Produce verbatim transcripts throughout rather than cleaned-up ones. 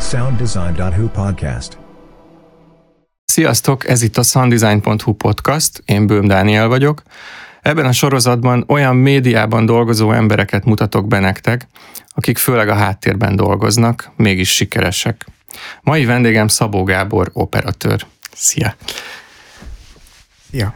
sounddesign pont hu podcast. Sziasztok, ez itt a sounddesign pont hu podcast, én Böhm Dániel vagyok. Ebben a sorozatban olyan médiában dolgozó embereket mutatok be nektek, akik főleg a háttérben dolgoznak, mégis sikeresek. Mai vendégem Szabó Gábor, operatőr. Szia! Ja.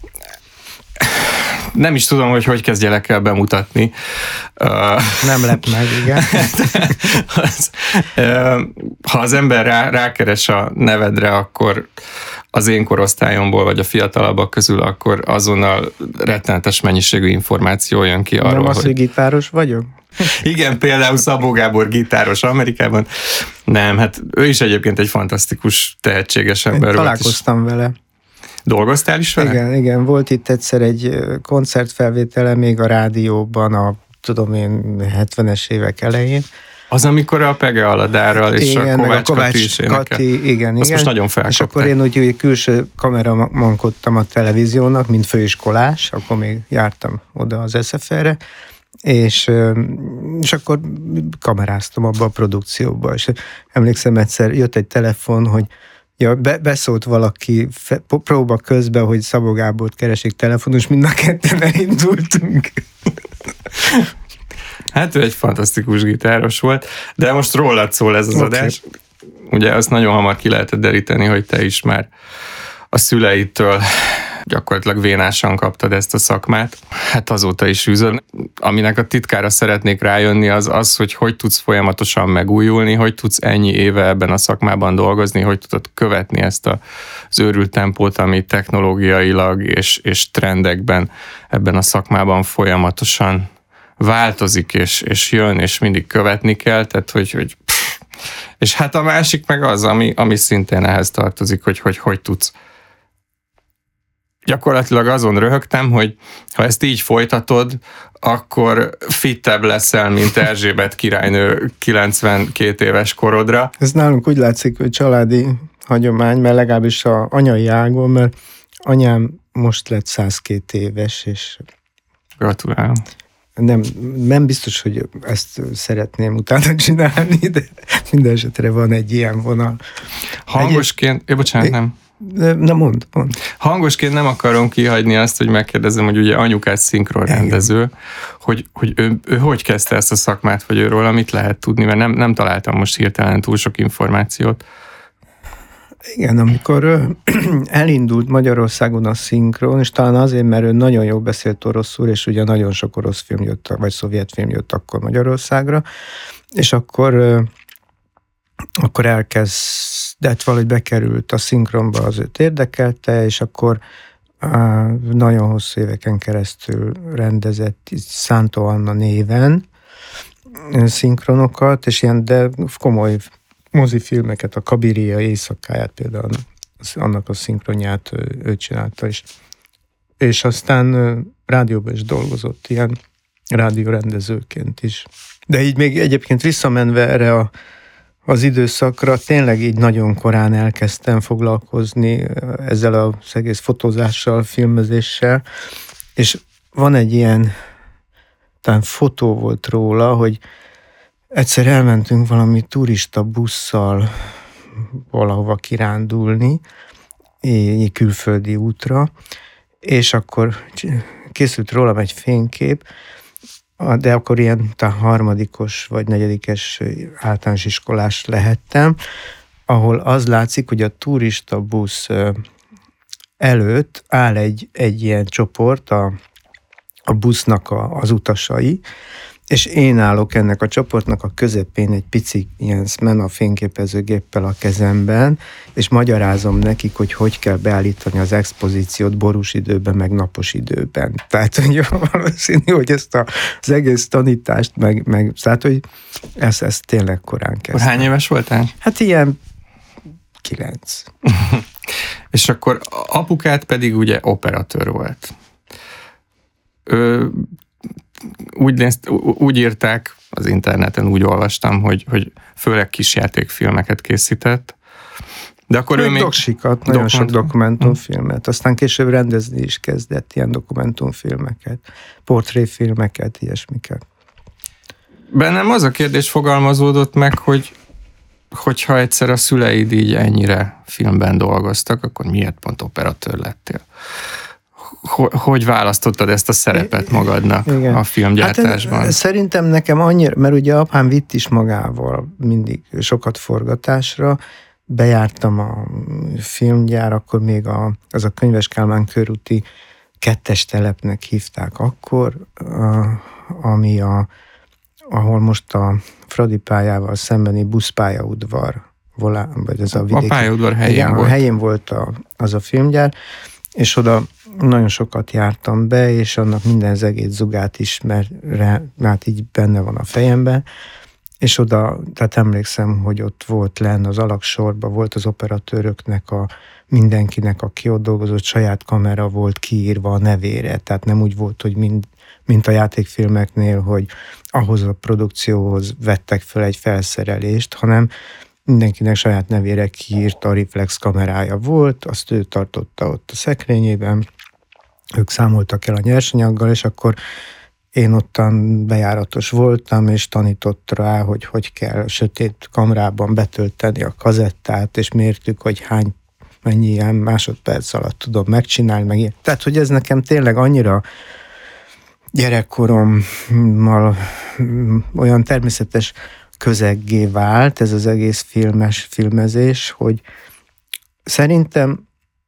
Nem is tudom, hogy hogy kezdjelek el bemutatni. Nem lep meg, igen. az, ha az ember rá, rákeres a nevedre, akkor az én korosztályomból, vagy a fiatalabbak közül, akkor azonnal rettenetes mennyiségű információ jön ki arról, Nem az, hogy... hogy gitáros vagyok? Igen, például Szabó Gábor gitáros Amerikában. Nem, hát ő is egyébként egy fantasztikus, tehetséges ember. Én találkoztam vele. Dolgoztál is vele? Igen, igen. Volt itt egyszer egy koncertfelvétele még a rádióban, a tudom én, hetvenes évek elején. Az, amikor a Pege Aladárral és igen, a Kovács, a Kovács Kati is énekel. Kati, igen, Azt igen. most nagyon felkapták. És akkor én úgy külső kameramankodtam a televíziónak, mint főiskolás, akkor még jártam oda az es ef er-re, és, és akkor kameráztam abba a produkcióba. És emlékszem, egyszer jött egy telefon, hogy ja, be, beszólt valaki fe, próba közben, hogy Szabó Gábort keresik telefonon, és mind a ketten elindultunk. Hát ő egy fantasztikus gitáros volt, de most rólad szól ez az okay. adás. Ugye azt nagyon hamar ki lehetett deríteni, hogy te is már a szüleitől gyakorlatilag vénásan kaptad ezt a szakmát. Hát azóta is űzöl. Aminek a titkára szeretnék rájönni, az az, hogy hogy tudsz folyamatosan megújulni, hogy tudsz ennyi éve ebben a szakmában dolgozni, hogy tudod követni ezt az őrült tempót, ami technológiailag és, és trendekben ebben a szakmában folyamatosan változik, és, és jön, és mindig követni kell, tehát hogy, hogy pff. És hát a másik meg az, ami, ami szintén ehhez tartozik, hogy hogy, hogy tudsz. Gyakorlatilag azon röhögtem, hogy ha ezt így folytatod, akkor fittebb leszel, mint Erzsébet királynő kilencvenkét éves korodra. Ez nálunk úgy látszik, hogy családi hagyomány, mert legalábbis a anyai ágon, mert anyám most lett százkét éves, és... Gratulálom. Nem, nem biztos, hogy ezt szeretném utána csinálni, de minden esetre van egy ilyen vonal. Hangosként, egy... bocsánat, nem. Na mond, mond. Hangosként nem akarom kihagyni azt, hogy megkérdezem, hogy ugye anyukás szinkronrendező, hogy, hogy ő, ő hogy kezdte ezt a szakmát, vagy őről, amit lehet tudni, mert nem, nem találtam most hirtelen túl sok információt. Igen, amikor elindult Magyarországon a szinkron, és talán azért, mert ő nagyon jól beszélt oroszul, és ugye nagyon sok orosz film jött, vagy szovjet film jött akkor Magyarországra, és akkor, akkor elkezdett valahogy bekerült a szinkronba, az őt érdekelte, és akkor nagyon hosszú éveken keresztül rendezett Szántó Anna néven szinkronokat, és ilyen, de komoly mozifilmeket, a Kabiria éjszakáját például, annak a szinkronját ő, ő csinálta is. És aztán rádióban is dolgozott ilyen rádiórendezőként is. De így még egyébként visszamenve erre a, az időszakra, tényleg így nagyon korán elkezdtem foglalkozni ezzel az egész fotózással, filmezéssel, és van egy ilyen, talán fotó volt róla, hogy egyszer elmentünk valami turista busszal valahova kirándulni, egy külföldi útra, és akkor készült rólam egy fénykép, de akkor ilyen talán harmadikos vagy negyedikes általános iskolás lehettem, ahol az látszik, hogy a turista busz előtt áll egy, egy ilyen csoport, a, a busznak a, az utasai, és én állok ennek a csoportnak a közepén egy pici ilyen Smena fényképezőgéppel a kezemben, és magyarázom nekik, hogy hogy kell beállítani az expozíciót borús időben, meg napos időben. Tehát, hogy valószínű, hogy ezt a, az egész tanítást, meg, meg tehát, hogy ezt, ezt tényleg korán kezdtem. Hány éves voltál? Hát ilyen kilenc. És akkor apukát pedig ugye operatőr volt. Ő Úgy, nézt, úgy írták az interneten, úgy olvastam, hogy, hogy főleg kisjátékfilmeket készített, de akkor ő még... Doksikat, nagyon sok dokumentumfilmet, aztán később rendezni is kezdett ilyen dokumentumfilmeket, portréfilmeket, ilyesmiket. Bennem az a kérdés fogalmazódott meg, hogy hogyha egyszer a szüleid így ennyire filmben dolgoztak, akkor miért pont operatőr lettél? Hogy választottad ezt a szerepet magadnak Igen. a filmgyártásban? Hát szerintem nekem annyira, mert ugye apám vitt is magával mindig sokat forgatásra, bejártam a filmgyár, akkor még a, az a Könyves Kálmán körúti kettes telepnek hívták akkor, a, ami a, ahol most a Fradi pályával szembeni buszpályaudvar, volá, vagy ez a vidéki. A pályaudvar helyén igen, volt. A helyén volt a, az a filmgyár, és oda nagyon sokat jártam be, és annak minden zegét zugát ismerre, hát így benne van a fejemben, és oda, tehát emlékszem, hogy ott volt lenn az alagsorban, volt az operatőröknek, a mindenkinek, aki ott dolgozott, saját kamera volt kiírva a nevére, tehát nem úgy volt, hogy mind, mint a játékfilmeknél, hogy ahhoz a produkcióhoz vettek fel egy felszerelést, hanem mindenkinek saját nevére kiírt a reflex kamerája volt, azt ő tartotta ott a szekrényében, ők számoltak el a nyersanyaggal, és akkor én ottan bejáratos voltam, és tanított rá, hogy hogy kell sötét kamrában betölteni a kazettát, és mértük, hogy hány, mennyi ilyen másodperc alatt tudom megcsinálni, meg ilyen. Tehát, hogy ez nekem tényleg annyira gyerekkorommal olyan természetes közeggé vált ez az egész filmes filmezés, hogy szerintem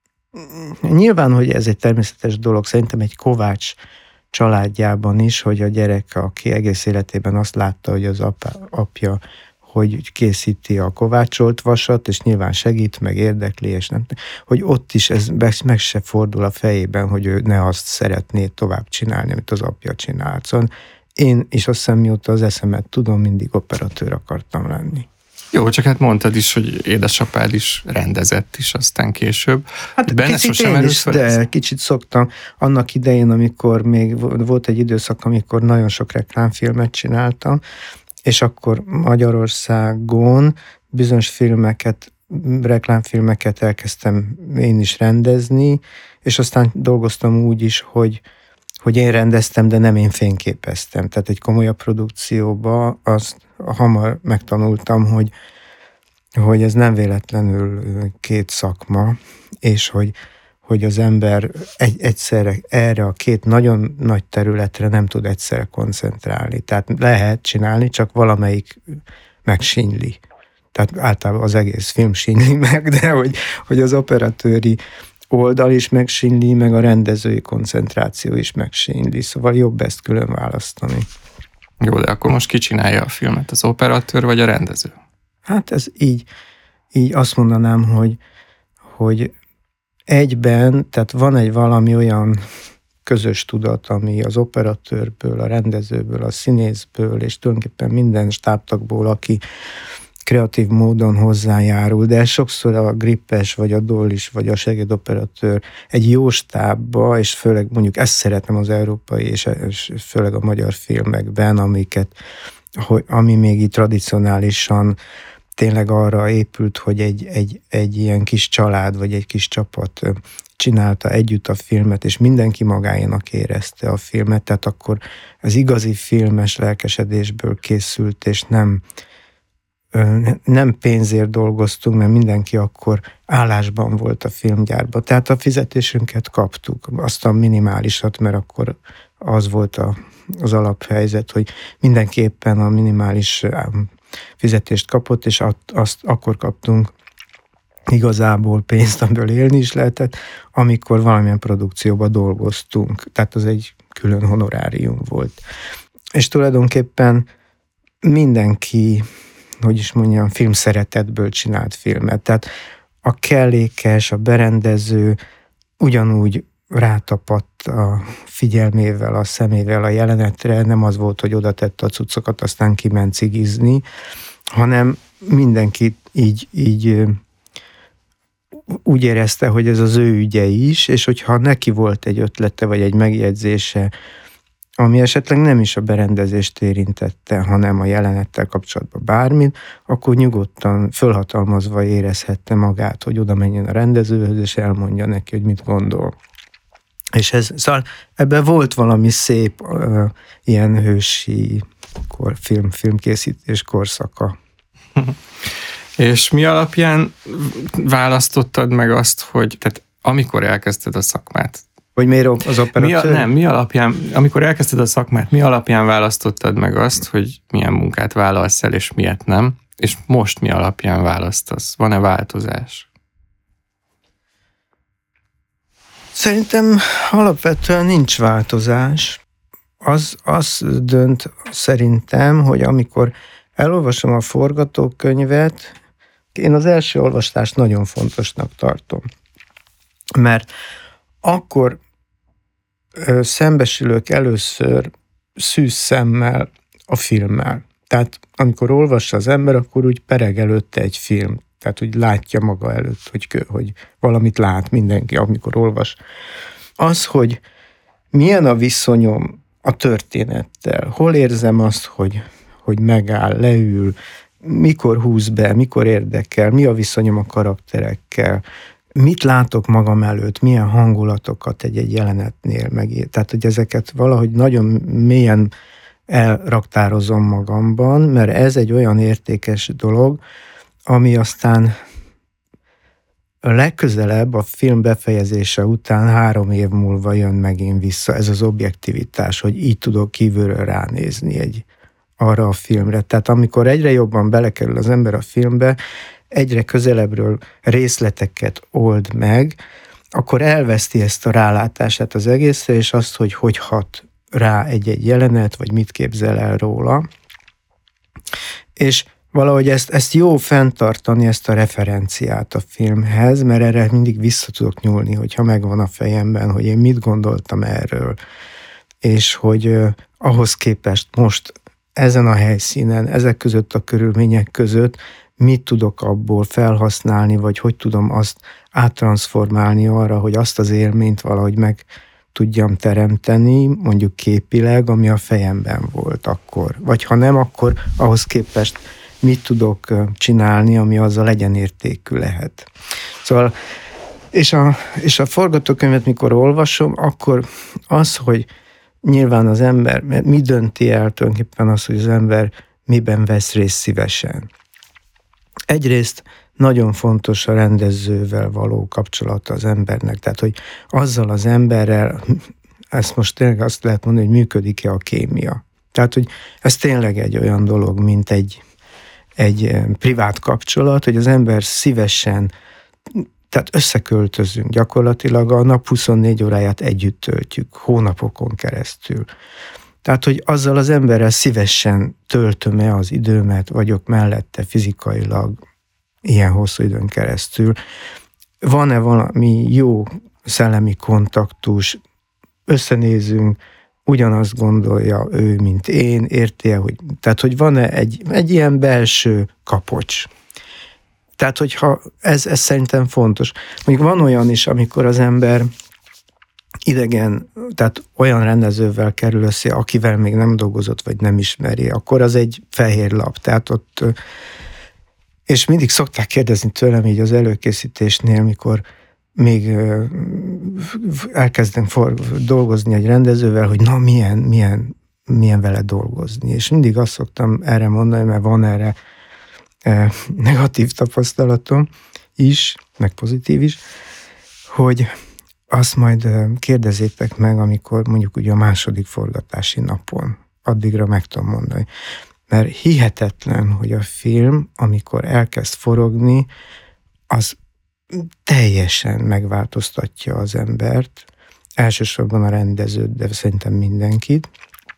nyilván, hogy ez egy természetes dolog, szerintem egy Kovács családjában is, hogy a gyerek, aki egész életében azt látta, hogy az apa, apja hogy készíti a kovácsolt vasat, és nyilván segít, meg érdekli, és nem, hogy ott is ez meg se fordul a fejében, hogy ő ne azt szeretné tovább csinálni, amit az apja csinált. Szóval én is azt hiszem, mióta az eszemet tudom, mindig operatőr akartam lenni. Jó, csak hát mondtad is, hogy édesapád is rendezett is aztán később. Hát benne kicsit én is, de ez? Kicsit szoktam. Annak idején, amikor még volt egy időszak, amikor nagyon sok reklámfilmet csináltam, és akkor Magyarországon bizonyos filmeket, reklámfilmeket elkezdtem én is rendezni, és aztán dolgoztam úgy is, hogy hogy én rendeztem, de nem én fényképeztem. Tehát egy komolyabb produkcióba azt hamar megtanultam, hogy, hogy ez nem véletlenül két szakma, és hogy, hogy az ember egy, egyszerre erre a két nagyon nagy területre nem tud egyszerre koncentrálni. Tehát lehet csinálni, csak valamelyik megsínyli. Tehát általában az egész film sínyli meg, de hogy, hogy az operatőri oldal is megsínli, meg a rendezői koncentráció is megsínli, szóval jobb ezt külön választani. Jó, de akkor most ki csinálja a filmet, az operatőr vagy a rendező? Hát ez így, így azt mondanám, hogy, hogy egyben, tehát van egy valami olyan közös tudat, ami az operatőrből, a rendezőből, a színészből, és tulajdonképpen minden stábtagból, aki kreatív módon hozzájárul, de sokszor a grippes, vagy a dollis, vagy a segédoperatőr egy jó stábba, és főleg mondjuk ezt szeretem az európai, és főleg a magyar filmekben, amiket, hogy, ami még így tradicionálisan tényleg arra épült, hogy egy, egy, egy ilyen kis család, vagy egy kis csapat csinálta együtt a filmet, és mindenki magáénak érezte a filmet, tehát akkor az igazi filmes lelkesedésből készült, és nem nem pénzért dolgoztunk, mert mindenki akkor állásban volt a filmgyárban. Tehát a fizetésünket kaptuk, azt a minimálisat, mert akkor az volt a, az alaphelyzet, hogy mindenki éppen a minimális fizetést kapott, és azt akkor kaptunk igazából pénzt, amiből élni is lehetett, amikor valamilyen produkcióban dolgoztunk. Tehát az egy külön honorárium volt. És tulajdonképpen mindenki, hogy is mondjam, filmszeretetből csinált filmet. Tehát a kellékes, a berendező ugyanúgy rátapadt a figyelmével, a szemével a jelenetre, nem az volt, hogy oda tette a cuccokat, aztán kiment cigizni, hanem mindenki így, így úgy érezte, hogy ez az ő ügye is, és hogyha neki volt egy ötlete, vagy egy megjegyzése, ami esetleg nem is a berendezést érintette, hanem a jelenettel kapcsolatban bármit, akkor nyugodtan, fölhatalmazva érezhette magát, hogy oda menjen a rendezőhöz, és elmondja neki, hogy mit gondol. És ez, szóval ebben volt valami szép uh, ilyen hősi kor, film, filmkészítés korszaka. És mi alapján választottad meg azt, hogy, tehát amikor elkezdted a szakmát, Hogy miért az operatőr? Mi a, nem, mi alapján, amikor elkezdted a szakmát, mi alapján választottad meg azt, hogy milyen munkát vállalsz el, és miért nem? És most mi alapján választasz? Van-e változás? Szerintem alapvetően nincs változás. Az, az dönt szerintem, hogy amikor elolvasom a forgatókönyvet, én az első olvasást nagyon fontosnak tartom. Mert akkor ö, szembesülök először szűz szemmel a filmmel. Tehát amikor olvassa az ember, akkor úgy pereg előtte egy film. Tehát úgy látja maga előtt, hogy, hogy valamit lát mindenki, amikor olvas. Az, hogy milyen a viszonyom a történettel, hol érzem azt, hogy, hogy megáll, leül, mikor húz be, mikor érdekel, mi a viszonyom a karakterekkel, mit látok magam előtt, milyen hangulatokat egy-egy jelenetnél megér. Tehát, hogy ezeket valahogy nagyon mélyen elraktározom magamban, mert ez egy olyan értékes dolog, ami aztán a legközelebb a film befejezése után három év múlva jön megint vissza. Ez az objektivitás, hogy így tudok kívülről ránézni egy, arra a filmre. Tehát amikor egyre jobban belekerül az ember a filmbe, egyre közelebbről részleteket old meg, akkor elveszti ezt a rálátását az egészre, és azt, hogy hogy hat rá egy-egy jelenet, vagy mit képzel el róla. És valahogy ezt, ezt jó fenntartani, ezt a referenciát a filmhez, mert erre mindig vissza tudok nyúlni, hogyha megvan a fejemben, hogy én mit gondoltam erről, és hogy uh, ahhoz képest most ezen a helyszínen, ezek között a körülmények között mit tudok abból felhasználni, vagy hogy tudom azt áttranszformálni arra, hogy azt az élményt valahogy meg tudjam teremteni, mondjuk képileg, ami a fejemben volt akkor. Vagy ha nem, akkor ahhoz képest mit tudok csinálni, ami azzal egyenértékű lehet. Szóval, és a, és a forgatókönyvet, mikor olvasom, akkor az, hogy nyilván az ember, mi dönti el tulajdonképpen az, hogy az ember miben vesz részt szívesen. Egyrészt nagyon fontos a rendezővel való kapcsolata az embernek, tehát, hogy azzal az emberrel, ezt most tényleg azt lehet mondani, hogy működik-e a kémia. Tehát, hogy ez tényleg egy olyan dolog, mint egy, egy privát kapcsolat, hogy az ember szívesen, tehát összeköltözünk, gyakorlatilag a nap huszonnégy óráját együtt töltjük, hónapokon keresztül. Tehát, hogy azzal az emberrel szívesen töltöm-e az időmet, vagyok mellette fizikailag ilyen hosszú időn keresztül. Van-e valami jó szellemi kontaktus, összenézünk, ugyanazt gondolja ő, mint én, érti-e, hogy, tehát, hogy van-e egy, egy ilyen belső kapocs. Tehát, hogyha ez, ez szerintem fontos. Mondjuk van olyan is, amikor az ember idegen, tehát olyan rendezővel kerül össze, akivel még nem dolgozott, vagy nem ismeri, akkor az egy fehér lap. Tehát ott, és mindig szokták kérdezni tőlem így az előkészítésnél, mikor még elkezdem dolgozni egy rendezővel, hogy na milyen, milyen, milyen vele dolgozni. És mindig azt szoktam erre mondani, mert van erre negatív tapasztalatom is, meg pozitív is, hogy azt majd kérdezzétek meg, amikor mondjuk ugye a második forgatási napon. Addigra meg tudom mondani. Mert hihetetlen, hogy a film, amikor elkezd forogni, az teljesen megváltoztatja az embert, elsősorban a rendezőt, de szerintem mindenkit.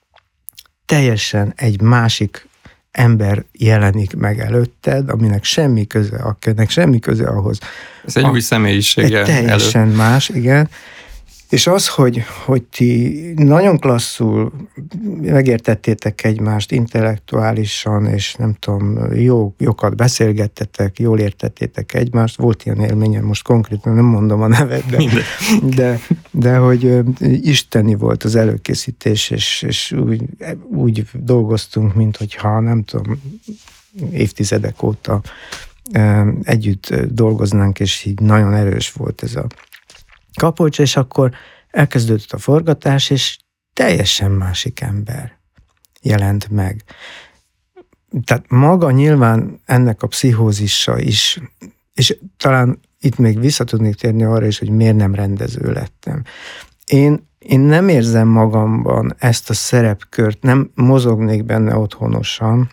Teljesen egy másik ember jelenik meg előtted, aminek semmi köze, akinek semmi köze ahhoz. Ez egy a, új személyisége. Egy teljesen elő. Más, igen. És az, hogy, hogy ti nagyon klasszul megértettétek egymást intellektuálisan, és nem tudom, jó, jókat beszélgettetek, jól értettétek egymást, volt ilyen élményem, most konkrétan nem mondom a nevet, de, de, de hogy isteni volt az előkészítés, és, és úgy, úgy dolgoztunk, mint hogyha nem tudom, évtizedek óta együtt dolgoznánk, és így nagyon erős volt ez a kapocs, és akkor elkezdődött a forgatás, és teljesen másik ember jelent meg. tehát maga nyilván ennek a pszichózisa is, és talán itt még vissza tudnék térni arra is, hogy miért nem rendező lettem. Én, én nem érzem magamban ezt a szerepkört, nem mozognék benne otthonosan,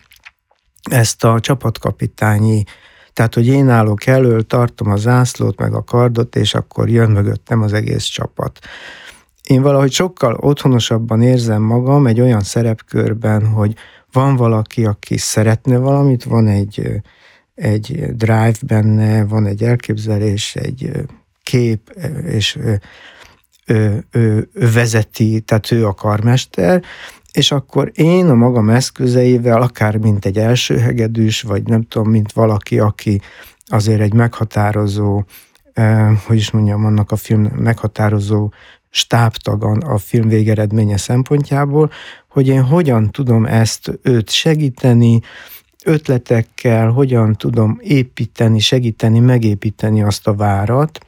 ezt a csapatkapitányi, tehát, hogy én állok elől, tartom a zászlót, meg a kardot, és akkor jön mögöttem az egész csapat. Én valahogy sokkal otthonosabban érzem magam egy olyan szerepkörben, hogy van valaki, aki szeretne valamit, van egy, egy drive benne, van egy elképzelés, egy kép, és ő, ő, ő, ő vezeti, tehát ő a karmester, és akkor én a magam eszközeivel, akár mint egy első hegedűs, vagy nem tudom, mint valaki, aki azért egy meghatározó, eh, hogy is mondjam, annak a film meghatározó stábtag a film végeredménye szempontjából, hogy én hogyan tudom ezt őt segíteni, ötletekkel, hogyan tudom építeni, segíteni, megépíteni azt a várat,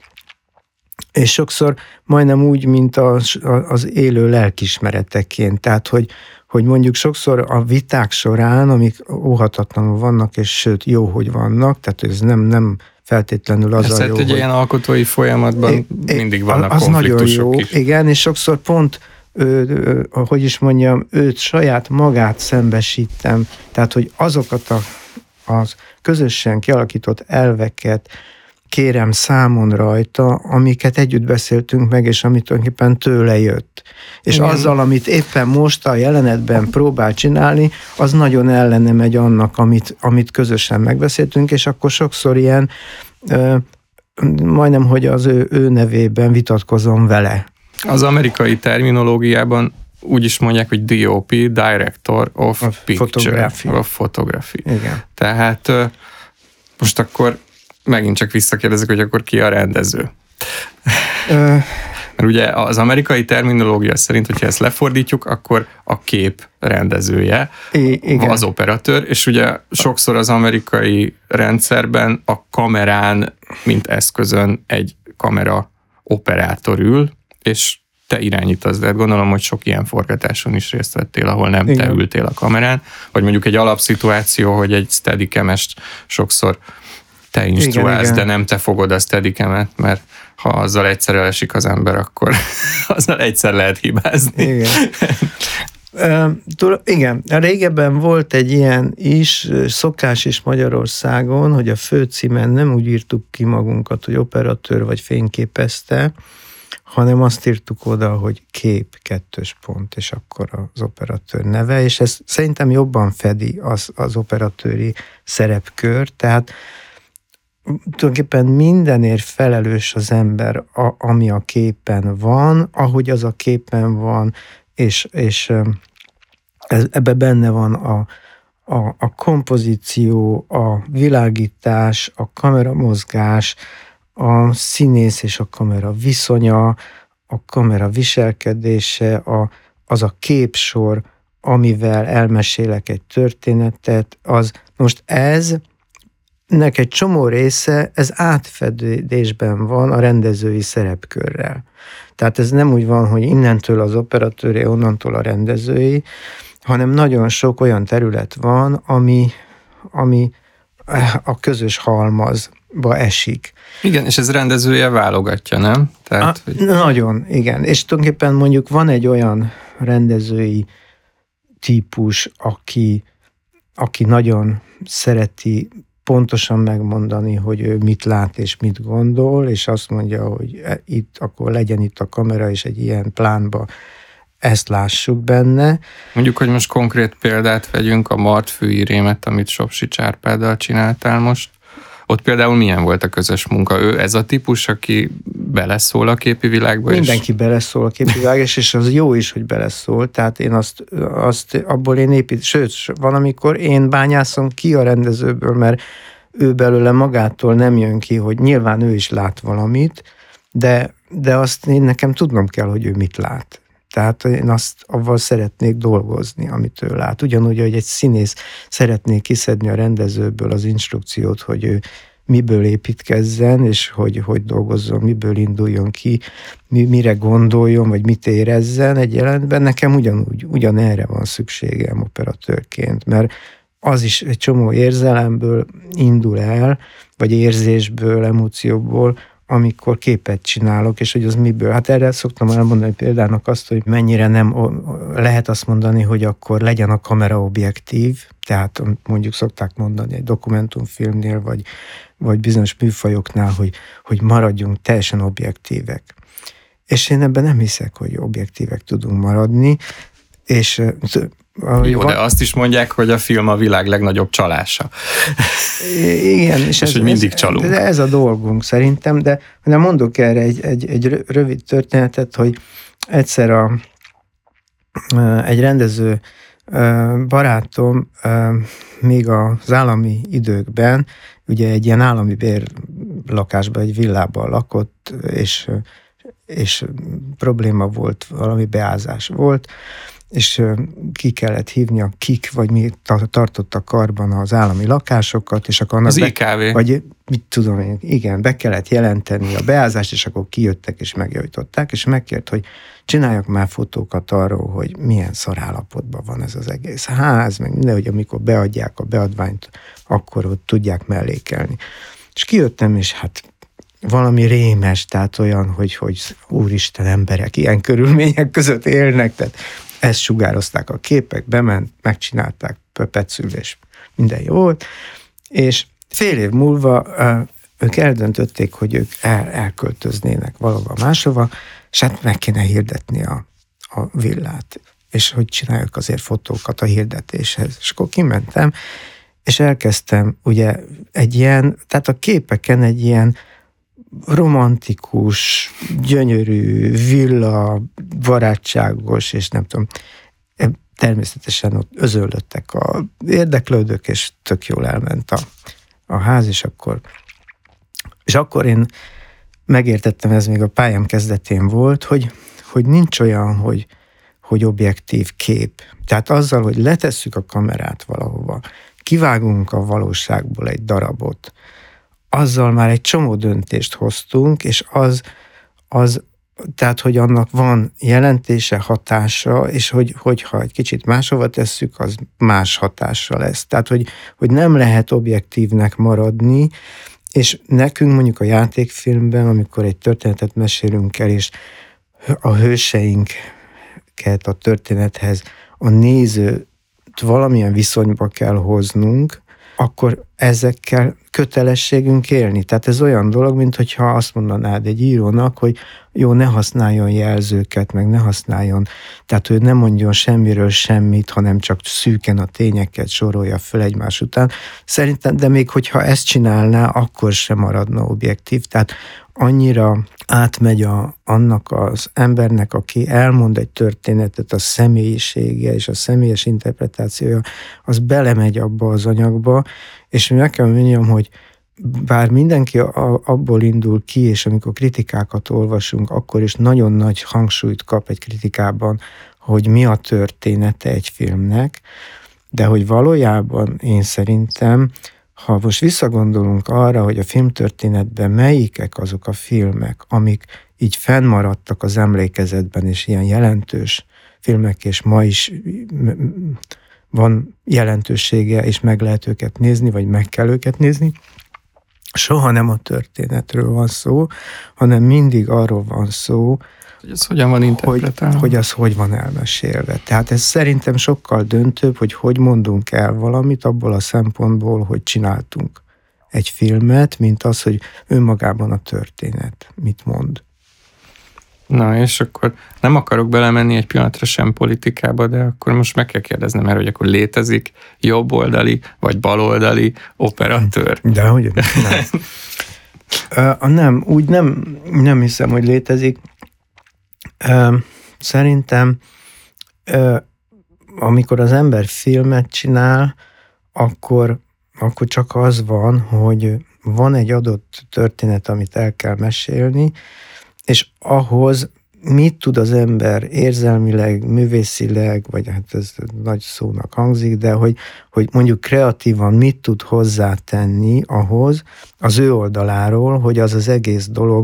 és sokszor majdnem úgy, mint az, az élő lelkismereteként. Tehát, hogy, hogy mondjuk sokszor a viták során, amik óhatatlanul vannak, és sőt, jó, hogy vannak, tehát ez nem, nem feltétlenül az Ezt a jó, egy hogy... ilyen alkotói folyamatban é, mindig vannak az konfliktusok nagyon jó, is. Igen, és sokszor pont, ö, ö, hogy is mondjam, őt saját magát szembesítem, tehát, hogy azokat a, az közösen kialakított elveket kérem számon rajta, amiket együtt beszéltünk meg, és amit tulajdonképpen tőle jött. És Igen. azzal, amit éppen most a jelenetben próbál csinálni, az nagyon ellene megy annak, amit, amit közösen megbeszéltünk, és akkor sokszor ilyen, ö, majdnem, hogy az ő, ő nevében vitatkozom vele. Az amerikai terminológiában úgy is mondják, hogy D O P, Director of of Picture. Photography. Of Photography. Igen. Tehát most akkor megint csak visszakérdezek, hogy akkor ki a rendező. Ö... Mert ugye az amerikai terminológia szerint, hogyha ezt lefordítjuk, akkor a kép rendezője, I- igen. az operatőr, és ugye sokszor az amerikai rendszerben a kamerán, mint eszközön egy kamera operátor ül, és te irányítasz, de hát gondolom, hogy sok ilyen forgatáson is részt vettél, ahol nem Igen. te ültél a kamerán, vagy mondjuk egy alapszituáció, hogy egy steadicam-est sokszor te instruálsz, igen, de nem te fogod a steadicamet, mert ha azzal egyszer elesik az ember, akkor azzal egyszer lehet hibázni. Igen. Uh, igen, régebben volt egy ilyen is, szokás is Magyarországon, hogy a főcímen nem úgy írtuk ki magunkat, hogy operatőr vagy fényképezte, hanem azt írtuk oda, hogy kép kettős pont, és akkor az operatőr neve, és ez szerintem jobban fedi az, az operatőri szerepkör, tehát tulajdonképpen mindenért felelős az ember, a, ami a képen van, ahogy az a képen van, és, és ez, ebbe benne van a, a, a kompozíció, a világítás, a kameramozgás, a színész és a kamera viszonya, a kamera viselkedése, a, az a képsor, amivel elmesélek egy történetet, az most ez nek egy csomó része, ez átfedésben van a rendezői szerepkörrel. Tehát ez nem úgy van, hogy innentől az operatőré, onnantól a rendezői, hanem nagyon sok olyan terület van, ami, ami a közös halmazba esik. Igen, és ez rendezője válogatja, nem? Tehát, a, hogy... Nagyon, igen. És tulajdonképpen mondjuk van egy olyan rendezői típus, aki, aki nagyon szereti pontosan megmondani, hogy ő mit lát és mit gondol, és azt mondja, hogy itt, akkor legyen itt a kamera, és egy ilyen plánba ezt lássuk benne. Mondjuk, hogy most konkrét példát vegyünk, a Martfői rémet, amit Sopsics Árpáddal csináltál most. Ott például milyen volt a közös munka? Ő ez a típus, aki beleszól a képi világba? Mindenki és... beleszól a képi világba, és az jó is, hogy beleszól. Tehát én azt, azt abból én épít, sőt, van, amikor én bányászom ki a rendezőből, mert ő belőle magától nem jön ki, hogy nyilván ő is lát valamit, de, de azt én nekem tudnom kell, hogy ő mit lát. Tehát én azt avval szeretnék dolgozni, amit ő lát. Ugyanúgy, hogy egy színész szeretné kiszedni a rendezőből az instrukciót, hogy ő miből építkezzen, és hogy, hogy dolgozzon, miből induljon ki, mi, mire gondoljon, vagy mit érezzen egy jelentben. Nekem ugyanúgy, ugyanerre van szükségem operatőrként, mert az is egy csomó érzelemből indul el, vagy érzésből, emócióból, amikor képet csinálok, és hogy az miből. Hát erre szoktam elmondani példának azt, hogy mennyire nem lehet azt mondani, hogy akkor legyen a kamera objektív, tehát mondjuk szokták mondani egy dokumentumfilmnél, vagy, vagy bizonyos műfajoknál, hogy, hogy maradjunk teljesen objektívek. És én ebben nem hiszek, hogy objektívek tudunk maradni, és jó, van... de azt is mondják, hogy a film a világ legnagyobb csalása. Igen, és, és ez, hogy mindig ez, csalunk. De ez a dolgunk szerintem, de, de mondok erre egy, egy, egy rövid történetet, hogy egyszer a, egy rendező barátom még az állami időkben, ugye egy ilyen állami bérlakásban, egy villában lakott, és, és probléma volt, valami beázás volt, és ki kellett hívni a kik, vagy mi tartottak karban az állami lakásokat, és akkor annak az I K V. Vagy mit tudom én, igen, be kellett jelenteni a beázást, és akkor kijöttek és megjavították, és megkért, hogy csináljak már fotókat arról, hogy milyen szarállapotban van ez az egész ház, meg minden, hogy amikor beadják a beadványt, akkor ott tudják mellékelni. És kijöttem, és hát valami rémes, tehát olyan, hogy, hogy úristen, emberek ilyen körülmények között élnek, tehát ezt sugározták a képek, bement, megcsinálták, pöpecülés, minden jó volt, és fél év múlva ők eldöntötték, hogy ők el, elköltöznének valahova máshova, és hát meg kéne hirdetni a, a villát, és hogy csináljuk azért fotókat a hirdetéshez. És akkor kimentem, és elkezdtem ugye egy ilyen, tehát a képeken egy ilyen romantikus, gyönyörű, villa, barátságos, és nem tudom, természetesen ott özöllöttek a érdeklődők, és tök jól elment a, a ház, és akkor, és akkor én megértettem, ez még a pályám kezdetén volt, hogy, hogy nincs olyan, hogy, hogy objektív kép. Tehát azzal, hogy letesszük a kamerát valahova, kivágunk a valóságból egy darabot, azzal már egy csomó döntést hoztunk, és az, az tehát, hogy annak van jelentése, hatása, és hogy, hogyha egy kicsit máshova tesszük, az más hatása lesz. Tehát, hogy, hogy nem lehet objektívnek maradni, és nekünk mondjuk a játékfilmben, amikor egy történetet mesélünk el, és a hőseinket a történethez, a nézőt valamilyen viszonyba kell hoznunk, akkor ezekkel kötelességünk élni. Tehát ez olyan dolog, mint hogyha azt mondanád egy írónak, hogy jó, ne használjon jelzőket, meg ne használjon, tehát ő nem mondjon semmiről semmit, hanem csak szűken a tényeket sorolja föl egymás után. Szerintem, de még hogyha ezt csinálná, akkor sem maradna objektív. Tehát annyira átmegy a, annak az embernek, aki elmond egy történetet, a személyisége és a személyes interpretációja, az belemegy abba az anyagba, és meg kell mondjam, hogy bár mindenki abból indul ki, és amikor kritikákat olvasunk, akkor is nagyon nagy hangsúlyt kap egy kritikában, hogy mi a története egy filmnek, de hogy valójában én szerintem, ha most visszagondolunk arra, hogy a filmtörténetben melyikek azok a filmek, amik így fennmaradtak az emlékezetben, és ilyen jelentős filmek, és ma is van jelentősége, és meg lehet őket nézni, vagy meg kell őket nézni, soha nem a történetről van szó, hanem mindig arról van szó, hogy ez hogyan van interpretálva. Hogy, hogy az hogy van elmesélve. Tehát ez szerintem sokkal döntőbb, hogy hogy mondunk el valamit abból a szempontból, hogy csináltunk egy filmet, mint az, hogy önmagában a történet mit mond. Na, és akkor nem akarok belemenni egy pillanatra sem politikába, de akkor most meg kell kérdeznem el, hogy akkor létezik jobboldali vagy baloldali operatőr. De hogy nem. uh, nem, úgy nem, nem hiszem, hogy létezik. Uh, szerintem uh, amikor az ember filmet csinál, akkor, akkor csak az van, hogy van egy adott történet, amit el kell mesélni, és ahhoz mit tud az ember érzelmileg, művészileg, vagy hát ez nagy szónak hangzik, de hogy, hogy mondjuk kreatívan mit tud hozzátenni ahhoz az ő oldaláról, hogy az az egész dolog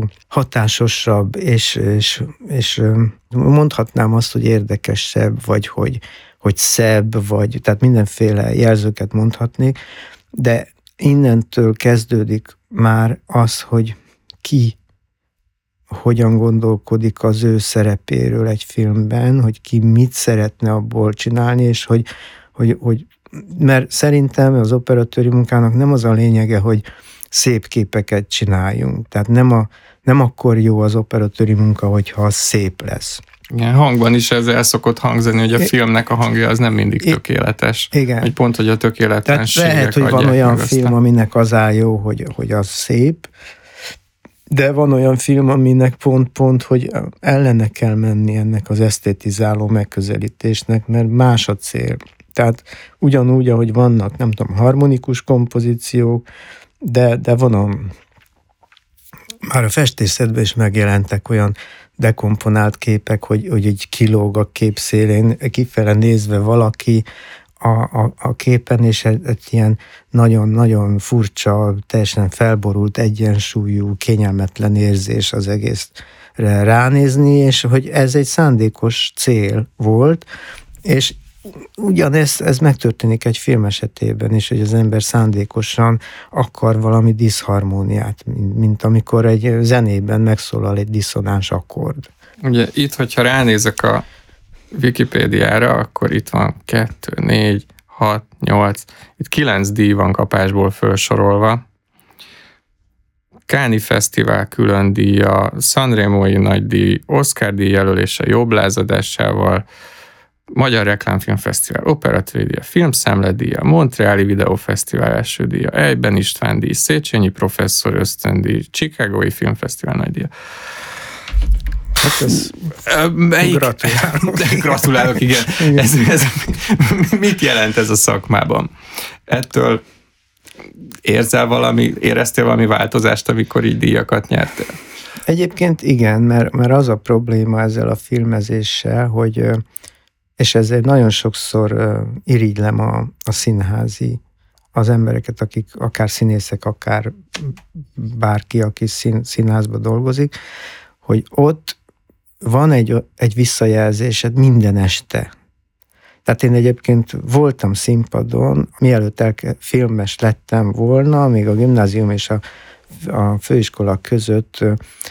hatásosabb, és, és, és mondhatnám azt, hogy érdekesebb, vagy hogy, hogy szebb, vagy tehát mindenféle jelzőket mondhatnék, de innentől kezdődik már az, hogy ki hogyan gondolkodik az ő szerepéről egy filmben, hogy ki mit szeretne abból csinálni, és hogy, hogy, hogy mert szerintem az operatőri munkának nem az a lényege, hogy szép képeket csináljunk. Tehát nem, a, nem akkor jó az operatőri munka, hogyha az szép lesz. Igen, hangban is ez el szokott hangzani, hogy a filmnek a hangja az nem mindig tökéletes. Igen. Hogy pont, hogy a tökéletlenségek Tehát lehet, hogy van olyan film, aztán... aminek az áll jó, hogy, hogy az szép, de van olyan film, aminek pont-pont, hogy ellene kell menni ennek az esztétizáló megközelítésnek, mert más a cél. Tehát ugyanúgy, ahogy vannak, nem tudom, harmonikus kompozíciók, de, de van a, már a festészetben is megjelentek olyan dekomponált képek, hogy, hogy így kilóg a kép szélén, kifele nézve valaki a, a, a képen, és egy, egy ilyen nagyon-nagyon furcsa, teljesen felborult, egyensúlyú, kényelmetlen érzés az egészre ránézni, és hogy ez egy szándékos cél volt, és ugyanez ez megtörténik egy film esetében is, hogy az ember szándékosan akar valami diszharmóniát, mint, mint amikor egy zenében megszólal egy diszonáns akkord. Ugye itt, hogyha ránézek a Wikipédiára, akkor itt van kettő, négy, hat, nyolc, itt kilenc díj van kapásból felsorolva. Cannes Fesztivál külön díja, Sanremói nagy díj, Oscar díj jelölése jobb lázadásával, Magyar Reklámfilmfesztivál operatőri díja, Filmszemledíja, Montreali Videófesztivál első díja, Ejben István díj, Széchenyi professzor ösztöndíj, Chicagói Filmfesztivál nagy díja. Hát ez... Melyik? Gratulálok. Gratulálok, igen. igen. Ez, ez, mit jelent ez a szakmában? Ettől érzel valami, éreztél valami változást, amikor így díjakat nyertél? Egyébként igen, mert, mert az a probléma ezzel a filmezéssel, hogy és ezért nagyon sokszor uh, irigylem a, a színházi, az embereket, akik akár színészek, akár bárki, aki szín, színházban dolgozik, hogy ott van egy, egy visszajelzésed minden este. Tehát én egyébként voltam színpadon, mielőtt elke, filmes lettem volna, még a gimnázium és a, a főiskola között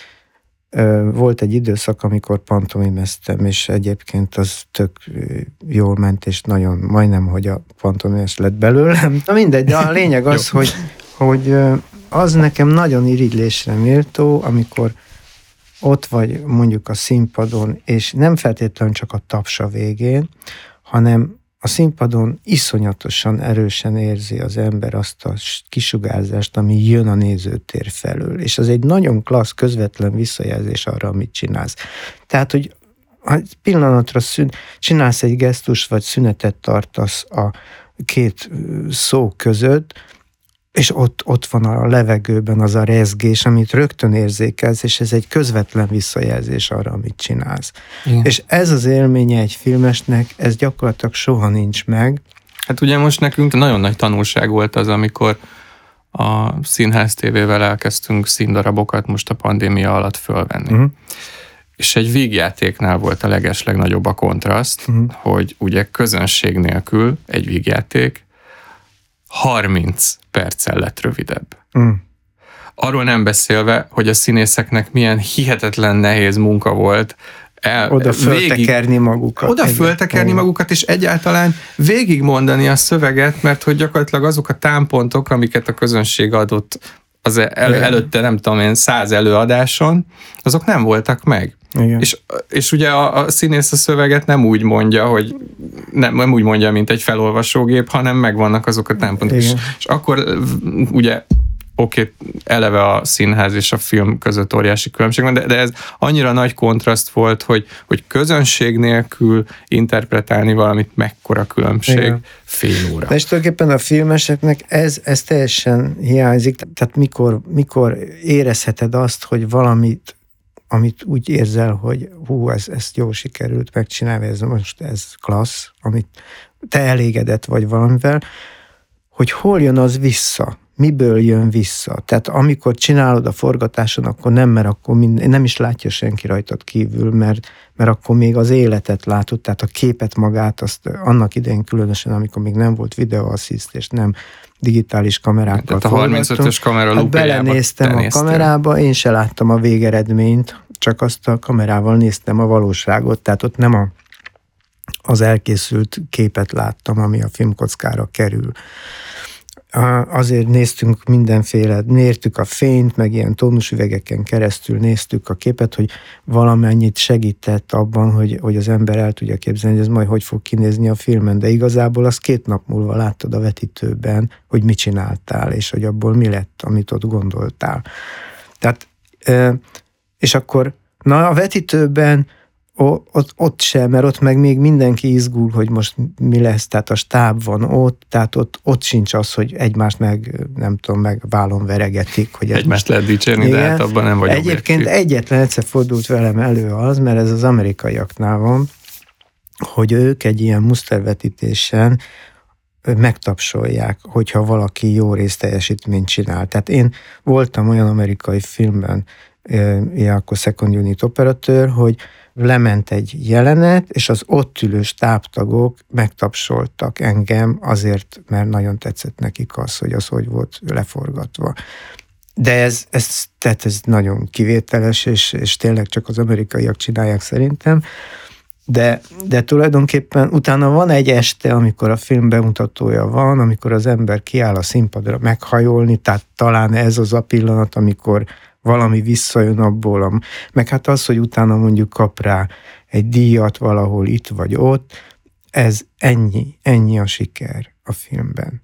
volt egy időszak, amikor pantomimeztem, és egyébként az tök jól ment, és nagyon, majdnem, hogy a pantomimes lett belőlem. Na mindegy, de a lényeg az, hogy, hogy az nekem nagyon irigylésre méltó, amikor ott vagy mondjuk a színpadon, és nem feltétlenül csak a tapsa végén, hanem a színpadon iszonyatosan erősen érzi az ember azt a kisugárzást, ami jön a nézőtér felől. És az egy nagyon klassz, közvetlen visszajelzés arra, amit csinálsz. Tehát, hogy egy pillanatra szün, csinálsz egy gesztus, vagy szünetet tartasz a két szó között, és ott, ott van a levegőben az a rezgés, amit rögtön érzékelsz, és ez egy közvetlen visszajelzés arra, amit csinálsz. Igen. És ez az élménye egy filmesnek, ez gyakorlatilag soha nincs meg. Hát ugye most nekünk nagyon nagy tanulság volt az, amikor a Színház tévével elkezdtünk színdarabokat most a pandémia alatt fölvenni. Uh-huh. És egy vígjátéknál volt a legeslegnagyobb a kontraszt, uh-huh. hogy ugye közönség nélkül egy vígjáték harminc perccel lett rövidebb. Mm. Arról nem beszélve, hogy a színészeknek milyen hihetetlen nehéz munka volt el, oda föltekerni végig, magukat. Oda föltekerni magukat, és egyáltalán végigmondani a szöveget, mert hogy gyakorlatilag azok a támpontok, amiket a közönség adott az el, előtte, nem tudom én, száz előadáson, azok nem voltak meg. És, és ugye a, a színész a szöveget nem úgy mondja, hogy nem, nem úgy mondja, mint egy felolvasógép, hanem megvannak azok a támpontok. És, és akkor ugye oké, okay, eleve a színház és a film között óriási különbség van, de, de ez annyira nagy kontraszt volt, hogy, hogy közönség nélkül interpretálni valamit, mekkora különbség, igen. Fél óra. De és tulajdonképpen a filmeseknek ez, ez teljesen hiányzik, tehát mikor, mikor érezheted azt, hogy valamit, amit úgy érzel, hogy hú, ez, ez jó sikerült megcsinálni, ez most ez klassz, amit te elégedett vagy valamivel, hogy hol jön az vissza. miből jön vissza. Tehát amikor csinálod a forgatáson, akkor nem, mert akkor minden, nem is látja senki rajtad kívül, mert, mert akkor még az életet látod, tehát a képet magát, azt annak idején különösen, amikor még nem volt videóassziszt, és nem digitális kamerákkal tehát a harmincötös kamera hát belenéztem a kamerába, én se láttam a végeredményt, csak azt a kamerával néztem a valóságot, tehát ott nem a, az elkészült képet láttam, ami a filmkockára kerül. Azért néztünk mindenféle, mértük a fényt, meg ilyen tónusüvegeken keresztül néztük a képet, hogy valamennyit segített abban, hogy, hogy az ember el tudja képzelni, hogy ez majd hogy fog kinézni a filmen, de igazából azt két nap múlva láttad a vetítőben, hogy mit csináltál, és hogy abból mi lett, amit ott gondoltál. Tehát, és akkor, na a vetítőben Ott, ott sem, mert ott meg még mindenki izgul, hogy most mi lesz, tehát a stáb van ott, tehát ott, ott sincs az, hogy egymást meg, nem tudom, meg vállon veregetik. Hogy egymást most... lehet dicsérni, igen, de hát abban nem vagy Egyébként objektív. Egyetlen egyszer fordult velem elő az, mert ez az amerikaiaknál van, hogy ők egy ilyen musztervetítésen megtapsolják, hogyha valaki jó részteljesítményt csinál. Tehát én voltam olyan amerikai filmben, ilyen akkor second unit operatőr, hogy lement egy jelenet, és az ott ülő stábtagok megtapsoltak engem azért, mert nagyon tetszett nekik az, hogy az hogy volt leforgatva. De ez, ez, tehát ez nagyon kivételes, és, és tényleg csak az amerikaiak csinálják szerintem. De, de tulajdonképpen utána van egy este, amikor a film bemutatója van, amikor az ember kiáll a színpadra meghajolni, tehát talán ez az a pillanat, amikor valami visszajön abból, meg hát az, hogy utána mondjuk kap rá egy díjat valahol itt vagy ott, ez ennyi, ennyi a siker a filmben.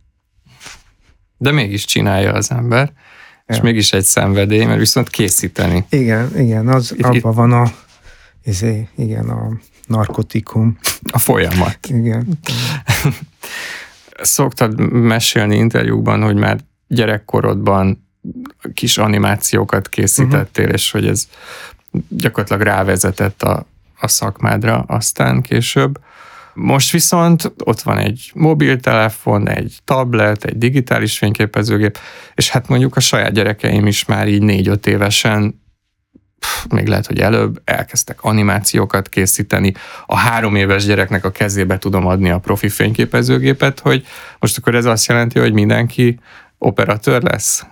De mégis csinálja az ember, ja. És mégis egy szenvedély, mert viszont készíteni. Igen, igen, az itt, abban itt... van a, izé, igen, a narkotikum. A folyamat. Igen. Szoktad mesélni interjúkban, hogy már gyerekkorodban kis animációkat készítettél, uh-huh. és hogy ez gyakorlatilag rávezetett a, a szakmádra aztán később. Most viszont ott van egy mobiltelefon, egy tablet, egy digitális fényképezőgép, és hát mondjuk a saját gyerekeim is már így négy-öt évesen, pff, még lehet, hogy előbb elkezdtek animációkat készíteni. A három éves gyereknek a kezébe tudom adni a profi fényképezőgépet, hogy most akkor ez azt jelenti, hogy mindenki operatőr lesz?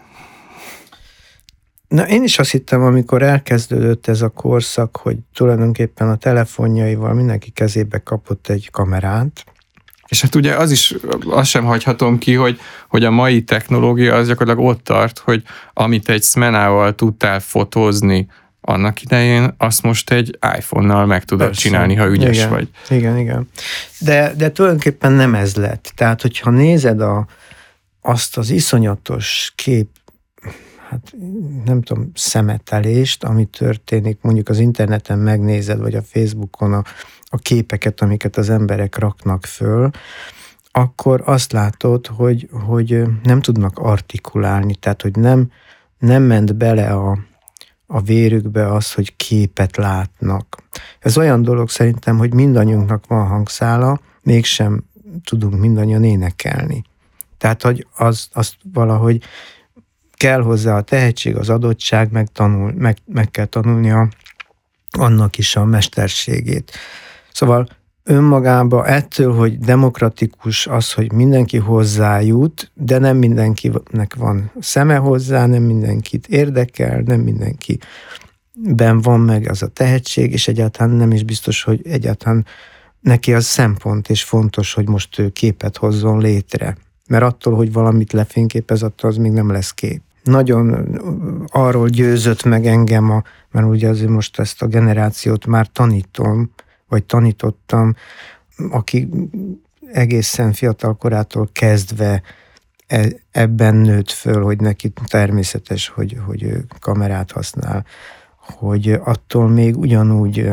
Na, én is azt hittem, amikor elkezdődött ez a korszak, hogy tulajdonképpen a telefonjaival mindenki kezébe kapott egy kamerát. És hát ugye az is, azt sem hagyhatom ki, hogy, hogy a mai technológia az gyakorlatilag ott tart, hogy amit egy szmenával tudtál fotózni annak idején, azt most egy iPhone-nal meg tudod Persze. csinálni, ha ügyes igen, vagy. Igen, igen. De, de tulajdonképpen nem ez lett. Tehát, hogyha nézed a, azt az iszonyatos kép, hát nem tudom, szemetelést, ami történik, mondjuk az interneten megnézed, vagy a Facebookon a, a képeket, amiket az emberek raknak föl, akkor azt látod, hogy, hogy nem tudnak artikulálni, tehát hogy nem, nem ment bele a, a vérükbe az, hogy képet látnak. Ez olyan dolog szerintem, hogy mindannyiunknak van hangszála, mégsem tudunk mindannyian énekelni. Tehát, hogy az, azt valahogy kell hozzá a tehetség, az adottság, meg, tanul, meg, meg kell tanulnia annak is a mesterségét. Szóval önmagában ettől, hogy demokratikus az, hogy mindenki hozzájut, de nem mindenkinek van szeme hozzá, nem mindenkit érdekel, nem mindenkiben van meg az a tehetség, és egyáltalán nem is biztos, hogy egyáltalán neki az szempont és fontos, hogy most ő képet hozzon létre. Mert attól, hogy valamit lefényképez, attól az még nem lesz kép. Nagyon arról győzött meg engem, a, mert ugye azért most ezt a generációt már tanítom, vagy tanítottam, aki egészen fiatal korától kezdve ebben nőtt föl, hogy neki természetes, hogy, hogy ő kamerát használ, hogy attól még ugyanúgy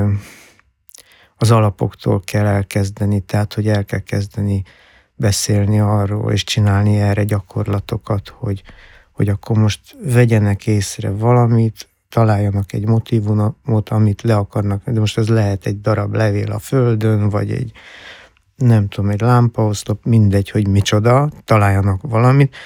az alapoktól kell elkezdeni, tehát hogy el kell kezdeni beszélni arról, és csinálni erre gyakorlatokat, hogy, hogy akkor most vegyenek észre valamit, találjanak egy motívumot, amit le akarnak, de most ez lehet egy darab levél a földön, vagy egy, nem tudom, egy lámpaoszlop, mindegy, hogy micsoda, találjanak valamit,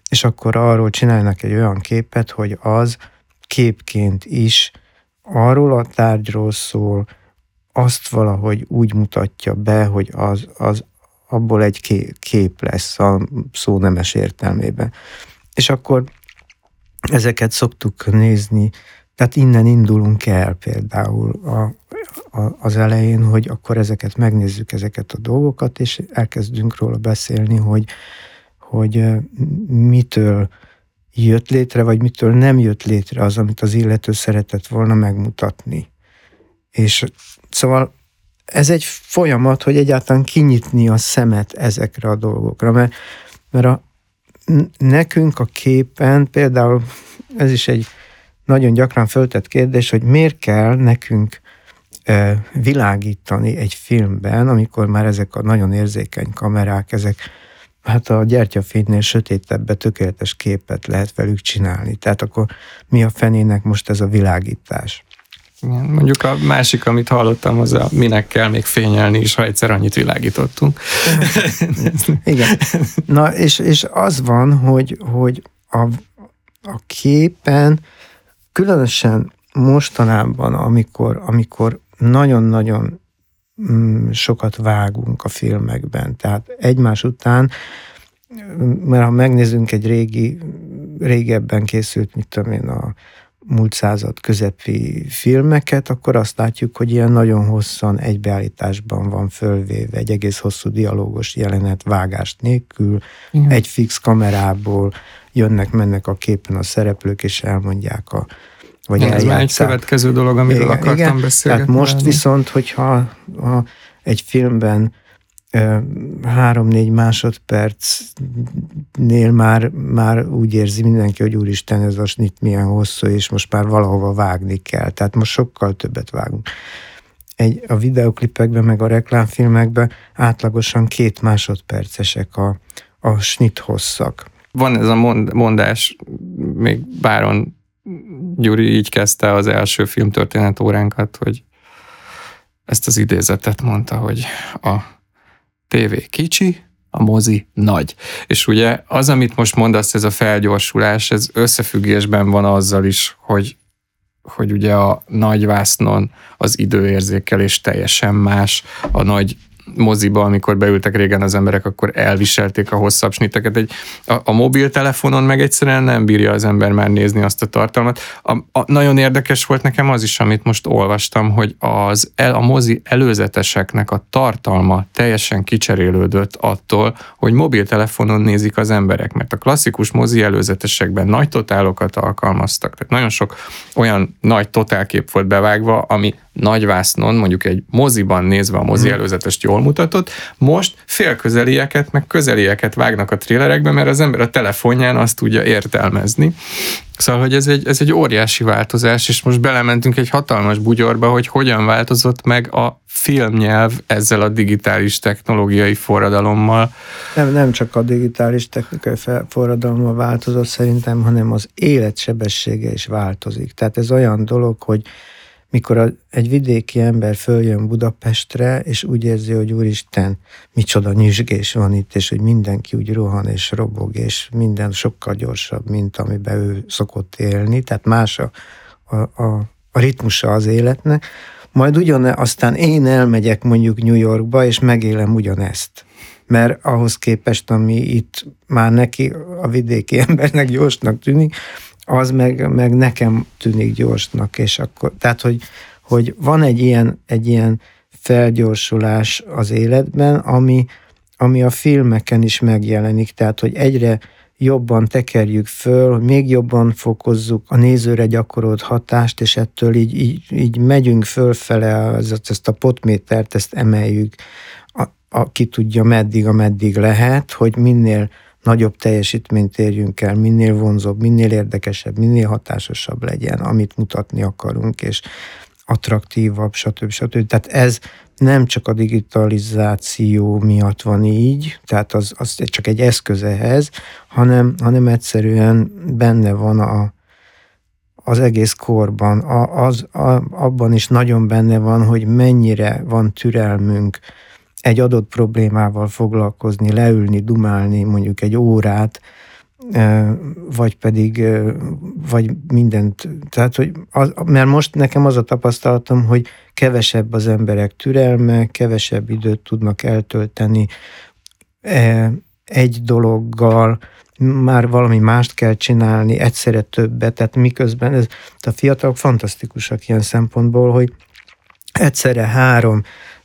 és akkor arról csinálnak egy olyan képet, hogy az képként is arról a tárgyról szól, azt valahogy úgy mutatja be, hogy az, az abból egy kép lesz a szó nemes értelmében. És akkor ezeket szoktuk nézni, tehát innen indulunk el például a, a, az elején, hogy akkor ezeket megnézzük, ezeket a dolgokat, és elkezdünk róla beszélni, hogy, hogy mitől jött létre, vagy mitől nem jött létre az, amit az illető szeretett volna megmutatni. És szóval ez egy folyamat, hogy egyáltalán kinyitni a szemet ezekre a dolgokra, mert, mert a, nekünk a képen, például ez is egy nagyon gyakran föltett kérdés, hogy miért kell nekünk e, világítani egy filmben, amikor már ezek a nagyon érzékeny kamerák, ezek hát a gyertyafénynél sötétebbre tökéletes képet lehet velük csinálni. Tehát akkor mi a fenének most ez a világítás? Igen, mondjuk a másik, amit hallottam, az a minek kell még fényelni is, ha egyszer annyit világítottunk. Igen. Na, és, és az van, hogy, hogy a, a képen, különösen mostanában, amikor, amikor nagyon-nagyon mm, sokat vágunk a filmekben, tehát egymás után, mert ha megnézzünk egy régi, régebben készült, mit tudom én, a múlt század közepi filmeket, akkor azt látjuk, hogy ilyen nagyon hosszan egybeállításban van fölvéve, egy egész hosszú dialógos jelenet vágás nélkül, igen. Egy fix kamerából jönnek-mennek a képen a szereplők, és elmondják a vagy ez már egy következő dolog, amiről igen, akartam igen. beszélgetni. Tehát most viszont, hogyha ha egy filmben három-négy másodpercnél már, már úgy érzi mindenki, hogy úristen, ez a snit milyen hosszú, és most már valahova vágni kell. Tehát most sokkal többet vágunk. Egy, a videoklipekben, meg a reklámfilmekben átlagosan két másodpercesek a, a snit hosszak. Van ez a mondás, még Báron Gyuri így kezdte az első filmtörténet óránkat, hogy ezt az idézetet mondta, hogy a tévé kicsi, a mozi nagy. És ugye az, amit most mondasz, ez a felgyorsulás, ez összefüggésben van azzal is, hogy, hogy ugye a nagyvásznon az időérzékelés teljesen más, a nagy moziba, amikor beültek régen az emberek, akkor elviselték a hosszabb sniteket. Egy, a, a mobiltelefonon meg egyszerűen nem bírja az ember már nézni azt a tartalmat. A, a, nagyon érdekes volt nekem az is, amit most olvastam, hogy az el, a mozi előzeteseknek a tartalma teljesen kicserélődött attól, hogy mobiltelefonon nézik az emberek, mert a klasszikus mozi előzetesekben nagy totálokat alkalmaztak. Tehát nagyon sok olyan nagy totálkép volt bevágva, ami nagyvásznon, mondjuk egy moziban nézve a mozi előzetest jól mutatott, most félközelieket, meg közelieket vágnak a trélerekbe, mert az ember a telefonján azt tudja értelmezni. Szóval, hogy ez egy, ez egy óriási változás, és most belementünk egy hatalmas bugyorba, hogy hogyan változott meg a filmnyelv ezzel a digitális technológiai forradalommal. Nem, nem csak a digitális technikai forradalommal változott szerintem, hanem az életsebessége is változik. Tehát ez olyan dolog, hogy mikor a, egy vidéki ember följön Budapestre, és úgy érzi, hogy úristen, micsoda nyüzsgés van itt, és hogy mindenki úgy rohan és robog, és minden sokkal gyorsabb, mint amiben ő szokott élni, tehát más a, a, a, a ritmusa az életnek. Majd ugyan, aztán én elmegyek mondjuk New Yorkba, és megélem ugyanezt. Mert ahhoz képest, ami itt már neki, a vidéki embernek gyorsnak tűnik, az meg, meg nekem tűnik gyorsnak, és akkor, tehát, hogy, hogy van egy ilyen, egy ilyen felgyorsulás az életben, ami, ami a filmeken is megjelenik, tehát, hogy egyre jobban tekerjük föl, hogy még jobban fokozzuk a nézőre gyakorolt hatást, és ettől így, így, így megyünk fölfele, ezt a potmétert, ezt emeljük, a, a, ki tudja meddig, ameddig lehet, hogy minél nagyobb teljesítményt érjünk el, minél vonzóbb, minél érdekesebb, minél hatásosabb legyen, amit mutatni akarunk, és attraktívabb, stb. stb. Tehát ez nem csak a digitalizáció miatt van így, tehát az, az csak egy eszköz ehhez, hanem, hanem egyszerűen benne van a, az egész korban. A, az, a, abban is nagyon benne van, hogy mennyire van türelmünk egy adott problémával foglalkozni, leülni, dumálni mondjuk egy órát, vagy pedig, vagy mindent. Tehát, hogy az, mert most nekem az a tapasztalatom, hogy kevesebb az emberek türelme, kevesebb időt tudnak eltölteni egy dologgal, már valami mást kell csinálni, egyszerre többet, tehát miközben ez, a fiatalok fantasztikusak ilyen szempontból, hogy egyszerre három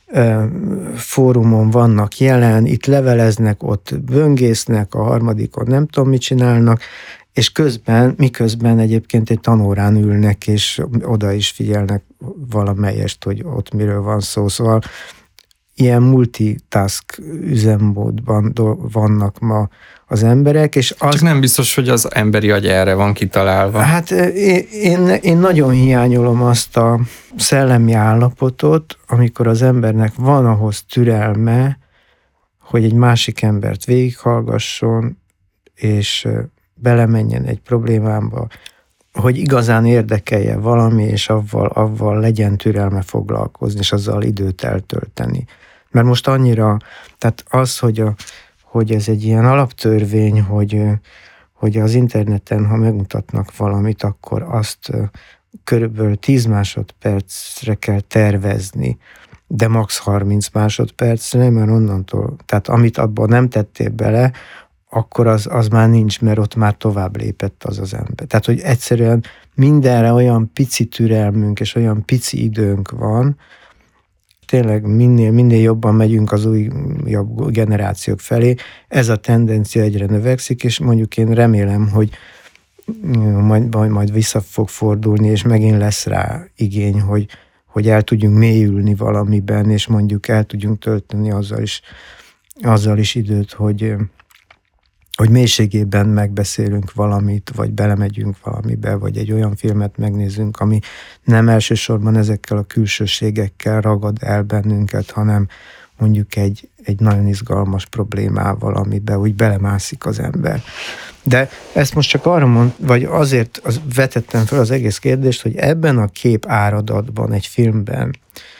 fórumon vannak jelen, itt leveleznek, ott böngésznek, a harmadikon nem tudom, mit csinálnak, és közben, miközben egyébként egy tanórán ülnek, és oda is figyelnek valamelyest, hogy ott miről van szó. Szóval ilyen multitask üzemmódban vannak ma az emberek, és az... Csak nem biztos, hogy az emberi agy erre van kitalálva. Hát én, én nagyon hiányolom azt a szellemi állapotot, amikor az embernek van ahhoz türelme, hogy egy másik embert végighallgasson, és belemenjen egy problémába, hogy igazán érdekelje valami, és avval, avval legyen türelme foglalkozni, és azzal időt eltölteni. Mert most annyira, tehát az, hogy, a, hogy ez egy ilyen alaptörvény, hogy, hogy az interneten, ha megmutatnak valamit, akkor azt körülbelül tíz másodpercre kell tervezni, de max. harminc másodpercre, mert onnantól, tehát amit abban nem tettél bele, akkor az, az már nincs, mert ott már tovább lépett az az ember. Tehát, hogy egyszerűen mindenre olyan pici türelmünk és olyan pici időnk van, tényleg minél, minél jobban megyünk az újabb generációk felé, ez a tendencia egyre növekszik, és mondjuk én remélem, hogy majd, majd, majd vissza fog fordulni, és megint lesz rá igény, hogy, hogy el tudjunk mélyülni valamiben, és mondjuk el tudjunk tölteni azzal is, azzal is időt, hogy hogy mélységében megbeszélünk valamit, vagy belemegyünk valamibe, vagy egy olyan filmet megnézünk, ami nem elsősorban ezekkel a külsőségekkel ragad el bennünket, hanem mondjuk egy, egy nagyon izgalmas problémával, amiben úgy belemászik az ember. De ezt most csak arra mond, vagy azért az vetettem fel az egész kérdést, hogy ebben a kép áradatban, egy filmben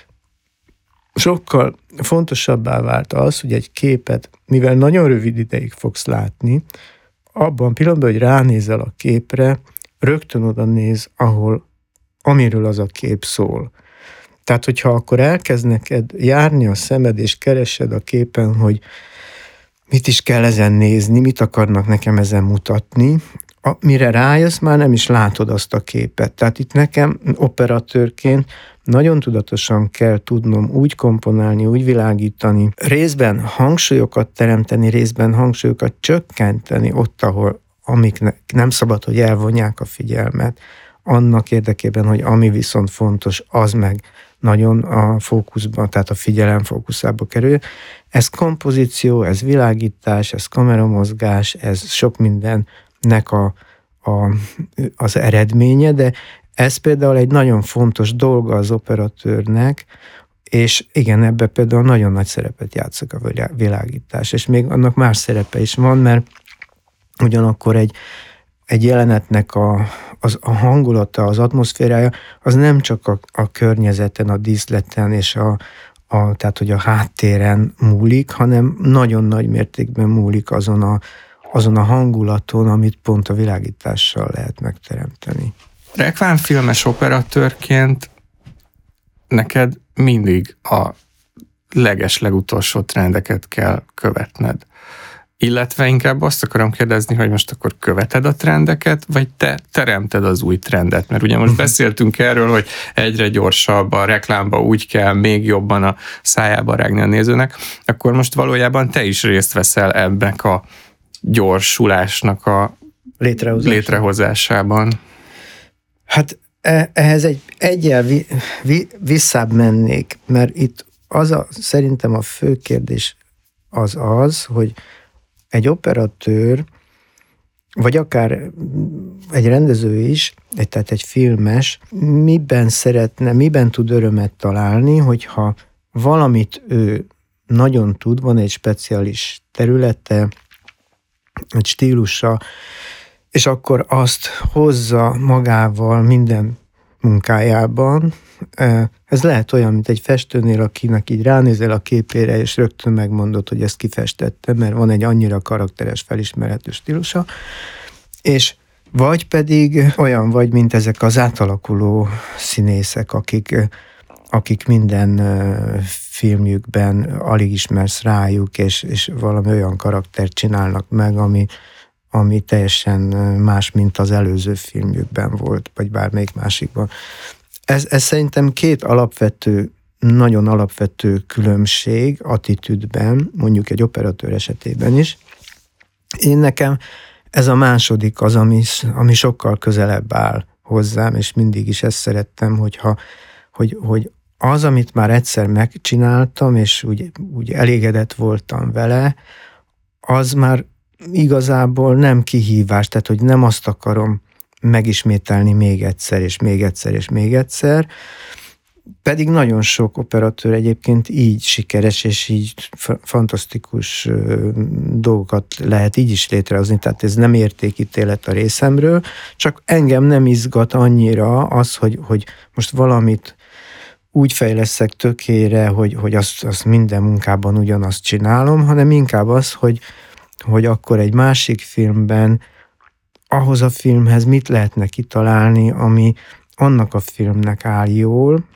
sokkal fontosabbá vált az, hogy egy képet, mivel nagyon rövid ideig fogsz látni, abban a pillanatban, hogy ránézel a képre, rögtön oda néz, ahol, amiről az a kép szól. Tehát, hogyha akkor elkezd neked járni a szemed, és keresed a képen, hogy mit is kell ezen nézni, mit akarnak nekem ezen mutatni, a, mire rájössz, már nem is látod azt a képet. Tehát itt nekem operatőrként nagyon tudatosan kell tudnom úgy komponálni, úgy világítani, részben hangsúlyokat teremteni, részben hangsúlyokat csökkenteni ott, ahol amik nem szabad, hogy elvonják a figyelmet, annak érdekében, hogy ami viszont fontos, az meg nagyon a fókuszban, tehát a figyelem fókuszába kerül. Ez kompozíció, ez világítás, ez kameramozgás, ez sok mindennek a, a, az eredménye, de ez például egy nagyon fontos dolga az operatőrnek, és igen, ebben például nagyon nagy szerepet játszik a világítás, és még annak más szerepe is van, mert ugyanakkor egy, egy jelenetnek a, az, a hangulata, az atmoszférája, az nem csak a, a környezeten, a díszleten és a, a, tehát, hogy a háttéren múlik, hanem nagyon nagy mértékben múlik azon a, azon a hangulaton, amit pont a világítással lehet megteremteni. Reklámfilmes operatőrként neked mindig a leges legutolsó trendeket kell követned. Illetve inkább azt akarom kérdezni, hogy most akkor követed a trendeket, vagy te teremted az új trendet? Mert ugye most beszéltünk erről, hogy egyre gyorsabb a reklámba, úgy kell még jobban a szájába rágni a nézőnek, akkor most valójában te is részt veszel ebben a gyorsulásnak a Létrehozás. létrehozásában. Hát ehhez egy egyel vi, vi, visszább mennék, mert itt az a, szerintem a fő kérdés az az, hogy egy operatőr, vagy akár egy rendező is, egy, tehát egy filmes, miben szeretne, miben tud örömet találni, hogyha valamit ő nagyon tud, van egy speciális területe, egy stílusa, és akkor azt hozza magával minden, munkájában. Ez lehet olyan, mint egy festőnél, akinek így ránézel a képére, és rögtön megmondod, hogy ezt kifestette, mert van egy annyira karakteres, felismerhető stílusa, és vagy pedig olyan vagy, mint ezek az átalakuló színészek, akik, akik minden filmjükben alig ismersz rájuk, és, és valami olyan karaktert csinálnak meg, ami, ami teljesen más, mint az előző filmjükben volt, vagy bármelyik másikban. Ez, ez szerintem két alapvető, nagyon alapvető különbség attitűdben, mondjuk egy operatőr esetében is. Én nekem ez a második az, ami, ami sokkal közelebb áll hozzám, és mindig is ezt szerettem, hogyha, hogy, hogy az, amit már egyszer megcsináltam, és úgy, úgy elégedett voltam vele, az már igazából nem kihívás, tehát hogy nem azt akarom megismételni még egyszer, és még egyszer, és még egyszer, pedig nagyon sok operatőr egyébként így sikeres, és így fantasztikus dolgokat lehet így is létrehozni, tehát ez nem értékítélet a részemről, csak engem nem izgat annyira az, hogy, hogy most valamit úgy fejleszek tökére, hogy, hogy azt, azt minden munkában ugyanazt csinálom, hanem inkább az, hogy, hogy akkor egy másik filmben ahhoz a filmhez mit lehetne kitalálni, ami annak a filmnek áll jól,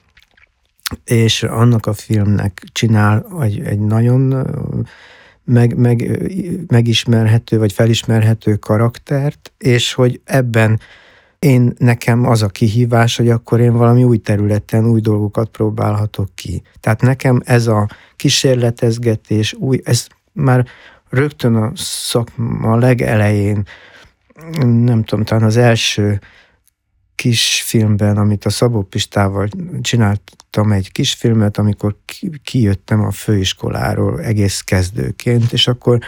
és annak a filmnek csinál egy, egy nagyon meg, meg, megismerhető, vagy felismerhető karaktert, és hogy ebben én nekem az a kihívás, hogy akkor én valami új területen új dolgokat próbálhatok ki. Tehát nekem ez a kísérletezgetés, új, ez már rögtön a szakma legelején, nem tudom, talán az első kis filmben, amit a Szabó Pistával csináltam egy kis filmet, amikor kijöttem a főiskoláról egész kezdőként, és akkor,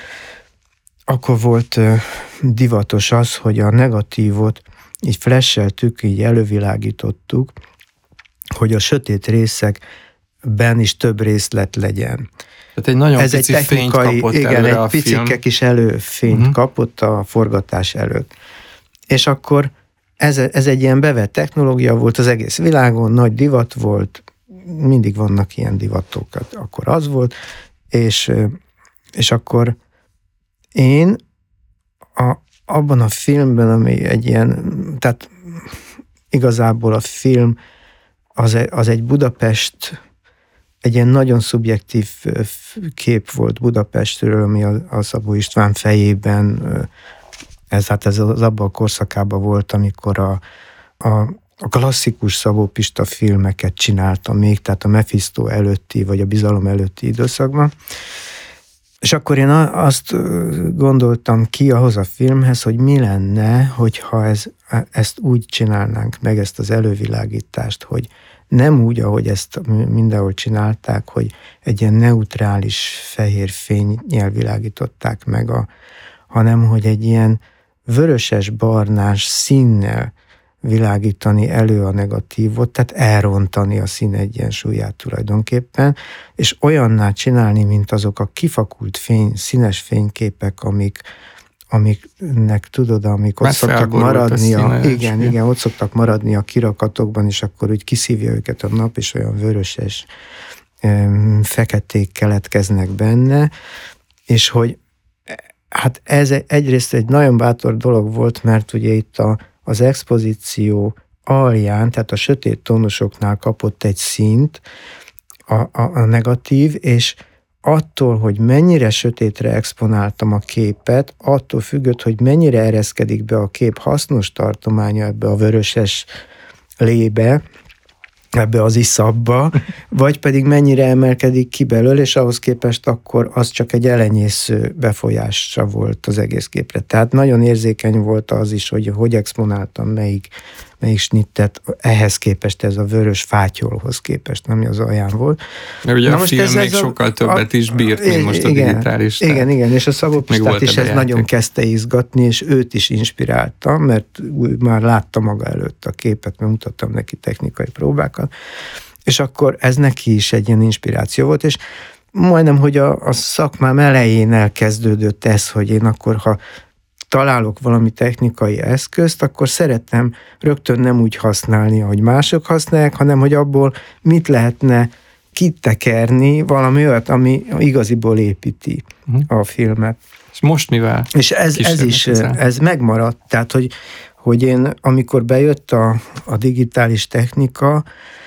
akkor volt divatos az, hogy a negatívot így flasheltük, így elővilágítottuk, hogy a sötét részekben is több részlet legyen. Tehát egy nagyon ez pici egy technikai, fényt kapott igen, előre egy a picike film. kis előfényt uh-huh. kapott a forgatás előtt. És akkor ez, ez egy ilyen bevett technológia volt az egész világon, nagy divat volt, mindig vannak ilyen divatok, akkor az volt, és, és akkor én a, abban a filmben, ami egy ilyen, tehát igazából a film az, az egy Budapest, egy ilyen nagyon szubjektív kép volt Budapestről, ami a, a Szabó István fejében, ez, hát ez az abban a korszakában volt, amikor a, a, a klasszikus Szabó Pista filmeket csináltam még, tehát a Mephisto előtti, vagy a Bizalom előtti időszakban. És akkor én azt gondoltam ki ahhoz a filmhez, hogy mi lenne, hogyha ez, ezt úgy csinálnánk meg, ezt az elővilágítást, hogy nem úgy, ahogy ezt mindenhol csinálták, hogy egy ilyen neutrális fehér fényjel világították meg, a, hanem hogy egy ilyen vöröses-barnás színnel világítani elő a negatívot, tehát elrontani a szín egyensúlyát tulajdonképpen, és olyanná csinálni, mint azok a kifakult fény, színes fényképek, amik, amiknek tudod, amik ott szoktak maradni, a, a, igen, igen, ott szoktak maradni a kirakatokban, és akkor úgy kiszívja őket a nap, és olyan vöröses feketék keletkeznek benne, és hogy hát ez egyrészt egy nagyon bátor dolog volt, mert ugye itt a, az expozíció alján, tehát a sötét tónusoknál kapott egy színt a, a, a negatív, és attól, hogy mennyire sötétre exponáltam a képet, attól függött, hogy mennyire ereszkedik be a kép hasznos tartománya ebbe a vöröses lébe, ebbe az iszabba, vagy pedig mennyire emelkedik ki belőle, és ahhoz képest akkor az csak egy elenyésző befolyása volt az egész képre. Tehát nagyon érzékeny volt az is, hogy hogy exponáltam melyik, melyik snittet, ehhez képest ez a vörös fátyolhoz képest, ami az alján volt. Mert ugye Na a most film ez még ez sokkal a, többet a, is bírt, mint most igen, a digitális. Igen, igen, és a Szabó Pistát is ez nagyon kezdte izgatni, és őt is inspirálta, mert már látta maga előtt a képet, mert mutattam neki technikai próbákat, és akkor ez neki is egy ilyen inspiráció volt, és majdnem, hogy a, a szakmám elején elkezdődött ez, hogy én akkor, ha találok valami technikai eszközt, akkor szeretem rögtön nem úgy használni, ahogy mások használják, hanem hogy abból mit lehetne kitekerni, valami olyat, ami igaziból építi uh-huh. a filmet. És most mivel? És ez, ez is, ezen? ez megmaradt. Tehát, hogy, hogy én, amikor bejött a, a digitális technika,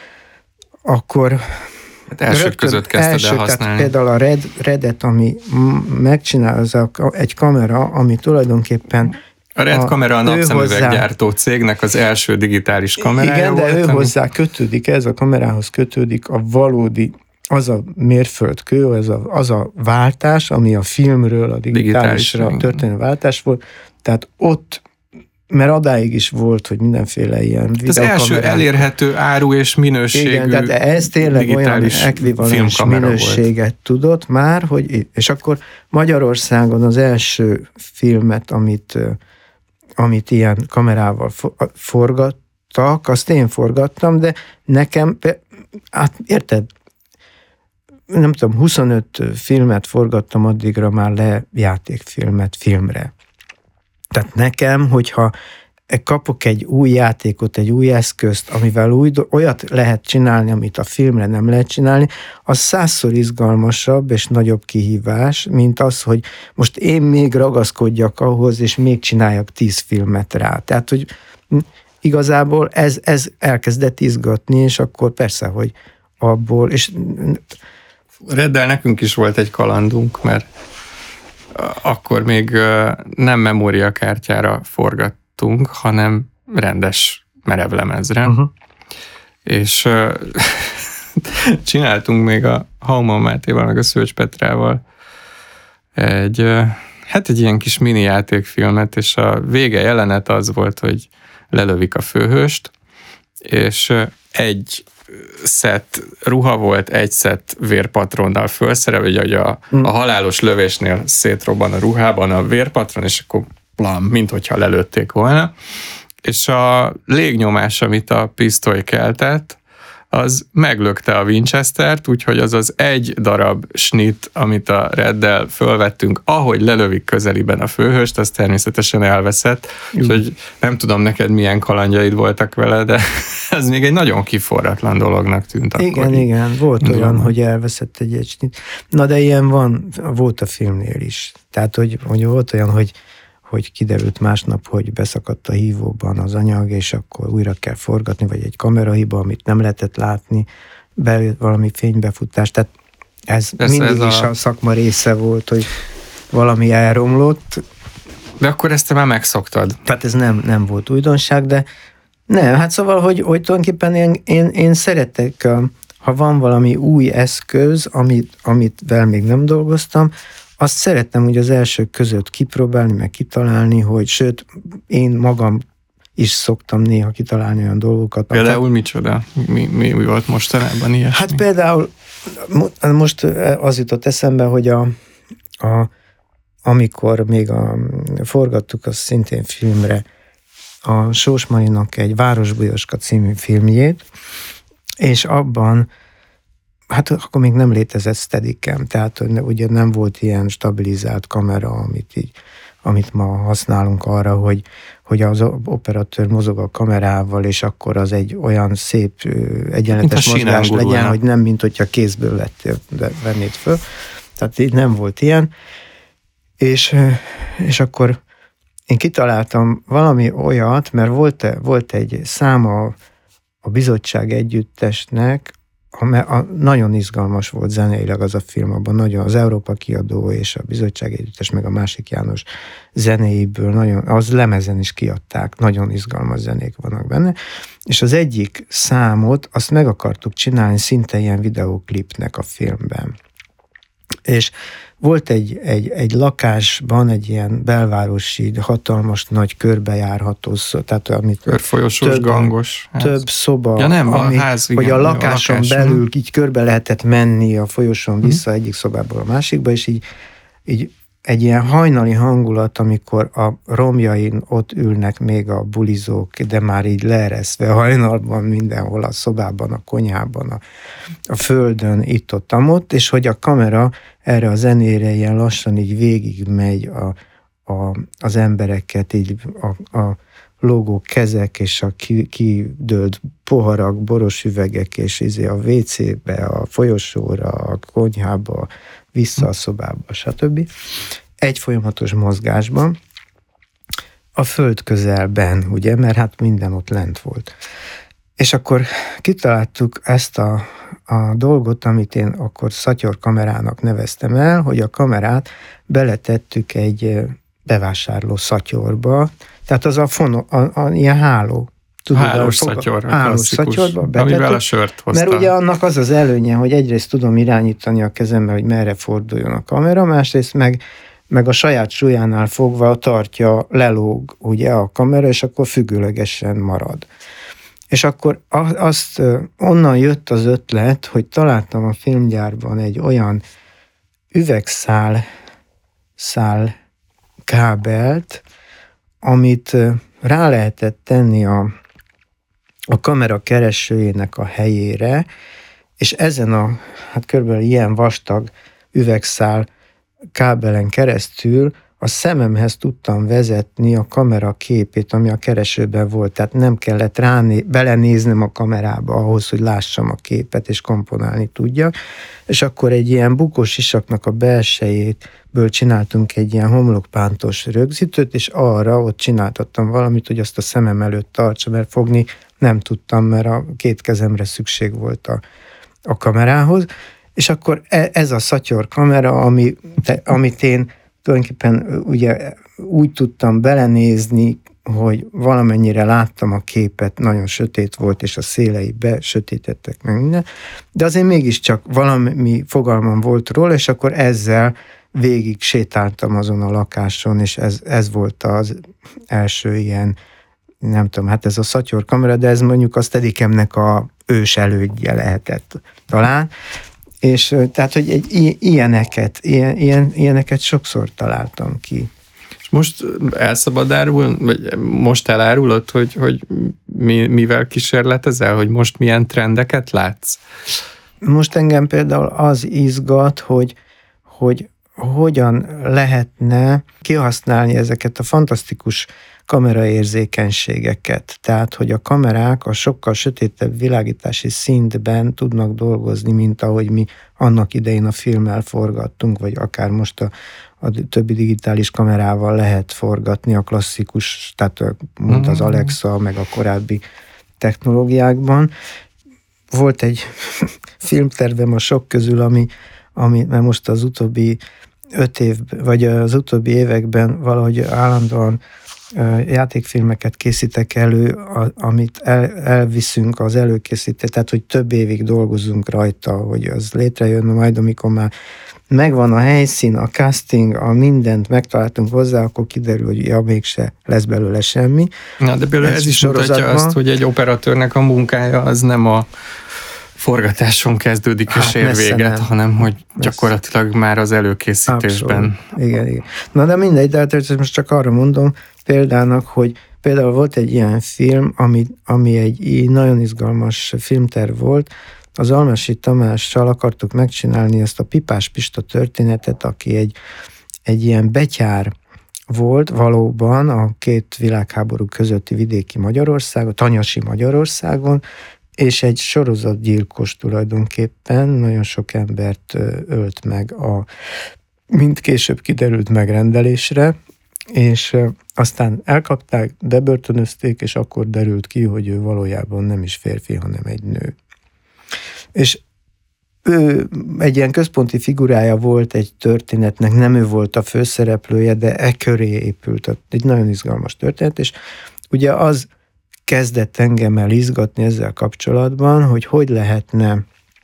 akkor hát elsők rögtön, között kezdted első, el használni. Például a Red, Redet, ami megcsinál, az a, egy kamera, ami tulajdonképpen a Red a, kamera a napszemüveggyártó cégnek az első digitális kamerája. Igen, volt, de ő ami... hozzá kötődik, ez a kamerához kötődik a valódi, az a mérföldkő, az a, az a váltás, ami a filmről a digitálisra Digitális, történő váltás volt. Tehát ott, mert adáig is volt, hogy mindenféle ilyen videókamerák. Az első elérhető áru és minőségű igen, tehát ez tényleg olyan ekvivalens minőséget volt. Tudott már, hogy, és akkor Magyarországon az első filmet, amit, amit ilyen kamerával forgattak, azt én forgattam, de nekem, hát érted, nem tudom, huszonöt filmet forgattam addigra már le játékfilmet filmre. Tehát nekem, hogyha kapok egy új játékot, egy új eszközt, amivel új, olyat lehet csinálni, amit a filmre nem lehet csinálni, az százszor izgalmasabb és nagyobb kihívás, mint az, hogy most én még ragaszkodjak ahhoz, és még csináljak tíz filmet rá. Tehát, hogy igazából ez, ez elkezdett izgatni, és akkor persze, hogy abból, és Reddel nekünk is volt egy kalandunk, mert akkor még nem memóriakártyára forgattunk, hanem rendes merevlemezre. Uh-huh. És csináltunk még a Hauman Mátéval, meg a Szőcs Petrával egy, hát egy ilyen kis mini játékfilmet, és a vége jelenet az volt, hogy lelövik a főhőst, és egy szett ruha volt, egy szett vérpatronnal felszerelve, hogy a, a halálos lövésnél szétrobban a ruhában a vérpatron, és akkor plám, mint hogyha lelőtték volna. És a légnyomás, amit a pisztoly keltett, az meglökte a Winchestert, úgyhogy az az egy darab snit, amit a Reddel fölvettünk, ahogy lelövik közeliben a főhőst, az természetesen elveszett. Úgyhogy nem tudom neked milyen kalandjaid voltak vele, de ez még egy nagyon kiforratlan dolognak tűnt akkor. Igen, igen, volt olyan, van. Hogy elveszett egy, egy snit. Na de ilyen van, volt a filmnél is. Tehát, hogy, hogy volt olyan, hogy hogy kiderült másnap, hogy beszakadt a hívóban az anyag, és akkor újra kell forgatni, vagy egy kamerahiba, amit nem lehetett látni, bejött valami fénybefutás. Tehát ez Persze mindig ez is a... a szakma része volt, hogy valami elromlott. De akkor ezt te már megszoktad. Tehát ez nem, nem volt újdonság, de nem, hát szóval, hogy, hogy tulajdonképpen én, én, én szeretek, ha van valami új eszköz, amit, amivel még nem dolgoztam, azt szerettem úgy az elsők között kipróbálni, meg kitalálni, hogy sőt, én magam is szoktam néha kitalálni olyan dolgokat. Például micsoda? Mi, mi, mi volt mostanában ilyesmi? Hát például most az jutott eszembe, hogy a, a, amikor még a, forgattuk azt szintén filmre a Sós Marinak egy Városbulyoska című filmjét, és abban hát akkor még nem létezett Steadicam, tehát ugye nem volt ilyen stabilizált kamera, amit így, amit ma használunk arra, hogy, hogy az operatőr mozog a kamerával, és akkor az egy olyan szép egyenletes mozgás legyen, hogy nem, mint hogyha kézből lettél, de vennéd föl. Tehát így nem volt ilyen. És, és akkor én kitaláltam valami olyat, mert volt, volt egy száma a bizottság együttesnek, A, a, nagyon izgalmas volt zeneileg az a film, abban nagyon az Európa Kiadó és a Bizottság Együttes, meg a Másik János zenéiből, nagyon, az lemezen is kiadták, nagyon izgalmas zenék vannak benne, és az egyik számot, azt meg akartuk csinálni szinte ilyen videóklipnek a filmben. És volt egy, egy, egy lakásban egy ilyen belvárosi, hatalmas, nagy körbejárható, tehát amit körfolyosós, több, gangos ház. Több szoba, ja, nem, ami, a ház, igen, hogy a lakáson a lakás, belül így körbe lehetett menni a folyosón vissza hmm. egyik szobából a másikba, és így, így egy ilyen hajnali hangulat, amikor a romjain ott ülnek még a bulizók, de már így leereszve hajnalban mindenhol, a szobában, a konyhában, a, a földön, itt-ott, amott, és hogy a kamera erre a zenére ilyen lassan így végig megy a, a, az embereket, így a, a lógó kezek és a kidőlt poharak, boros üvegek, és izé a vé cébe, a folyosóra, a konyhába, vissza a szobába, stb. Egy folyamatos mozgásban, a föld közelben, ugye, mert hát minden ott lent volt. És akkor kitaláltuk ezt a, a dolgot, amit én akkor szatyorkamerának neveztem el, hogy a kamerát beletettük egy bevásárló szatyorba, tehát az a, fono, a, a ilyen háló. Tudod, hálós szatyor, hálós szatyorba betettük, amivel a sört hoztam. Mert ugye annak az az előnye, hogy egyrészt tudom irányítani a kezemmel, hogy merre forduljon a kamera, másrészt meg meg a saját súlyánál fogva tartja, lelóg ugye a kamera, és akkor függőlegesen marad. És akkor azt onnan jött az ötlet, hogy találtam a filmgyárban egy olyan üvegszál szál kábelt, amit rá lehetett tenni a, a kamera keresőjének a helyére, és ezen a, hát körülbelül ilyen vastag üvegszál kábelen keresztül a szememhez tudtam vezetni a kamera képét, ami a keresőben volt, tehát nem kellett ráné, belenéznem a kamerába ahhoz, hogy lássam a képet és komponálni tudjak, és akkor egy ilyen bukós sisaknak a belsejéből csináltunk egy ilyen homlokpántos rögzítőt, és arra ott csináltattam valamit, hogy azt a szemem előtt tartsa, mert fogni nem tudtam, mert a két kezemre szükség volt a, a kamerához, és akkor ez a szatyor kamera, ami, te, amit én tulajdonképpen ugye úgy tudtam belenézni, hogy valamennyire láttam a képet, nagyon sötét volt, és a szélei besötétettek meg minden, de azért mégiscsak valami fogalmam volt róla, és akkor ezzel végig sétáltam azon a lakáson, és ez, ez volt az első ilyen, nem tudom, hát ez a szatyor kamera, de ez mondjuk a Steadicamnek a ős elődje lehetett talán, és tehát, hogy egy, ilyeneket, ilyen, ilyen, ilyeneket sokszor találtam ki. És most elszabad árul, vagy most elárulod, hogy, hogy mi, mivel kísérletezel, hogy most milyen trendeket látsz? Most engem például az izgat, hogy, hogy hogyan lehetne kihasználni ezeket a fantasztikus kameraérzékenységeket. Tehát, hogy a kamerák a sokkal sötétebb világítási szintben tudnak dolgozni, mint ahogy mi annak idején a filmmel forgattunk, vagy akár most a, a többi digitális kamerával lehet forgatni a klasszikus, tehát mint az Alexa, meg a korábbi technológiákban. Volt egy filmtervem a sok közül, ami, ami mert most az utóbbi öt év, vagy az utóbbi években valahogy állandóan játékfilmeket készítek elő, amit el, elviszünk az előkészítést, tehát hogy több évig dolgozunk rajta, hogy az létrejön, majd amikor már megvan a helyszín, a casting, a mindent megtaláltunk hozzá, akkor kiderül, hogy ja, mégse lesz belőle semmi. Na, de például ez, ez is mutatja azt, hogy egy operatőrnek a munkája az nem a forgatáson kezdődik és hát ér véget, nem. hanem hogy gyakorlatilag messze. Már az előkészítésben. Abszolút. Igen, igen. Na de mindegy, de hát most csak arra mondom példának, hogy például volt egy ilyen film, ami, ami egy nagyon izgalmas filmterv volt, az Almási Tamással akartuk megcsinálni ezt a Pipás Pista történetet, aki egy, egy ilyen betyár volt valóban a két világháború közötti vidéki Magyarországon, Tanyasi Magyarországon, és egy sorozatgyilkos tulajdonképpen, nagyon sok embert ölt meg, a, mint később kiderült megrendelésre, és aztán elkapták, bebörtönözték, és akkor derült ki, hogy ő valójában nem is férfi, hanem egy nő. És ő egy ilyen központi figurája volt egy történetnek, nem ő volt a főszereplője, de e köré épült egy nagyon izgalmas történet, és ugye az kezdett engem el izgatni ezzel kapcsolatban, hogy hogy lehetne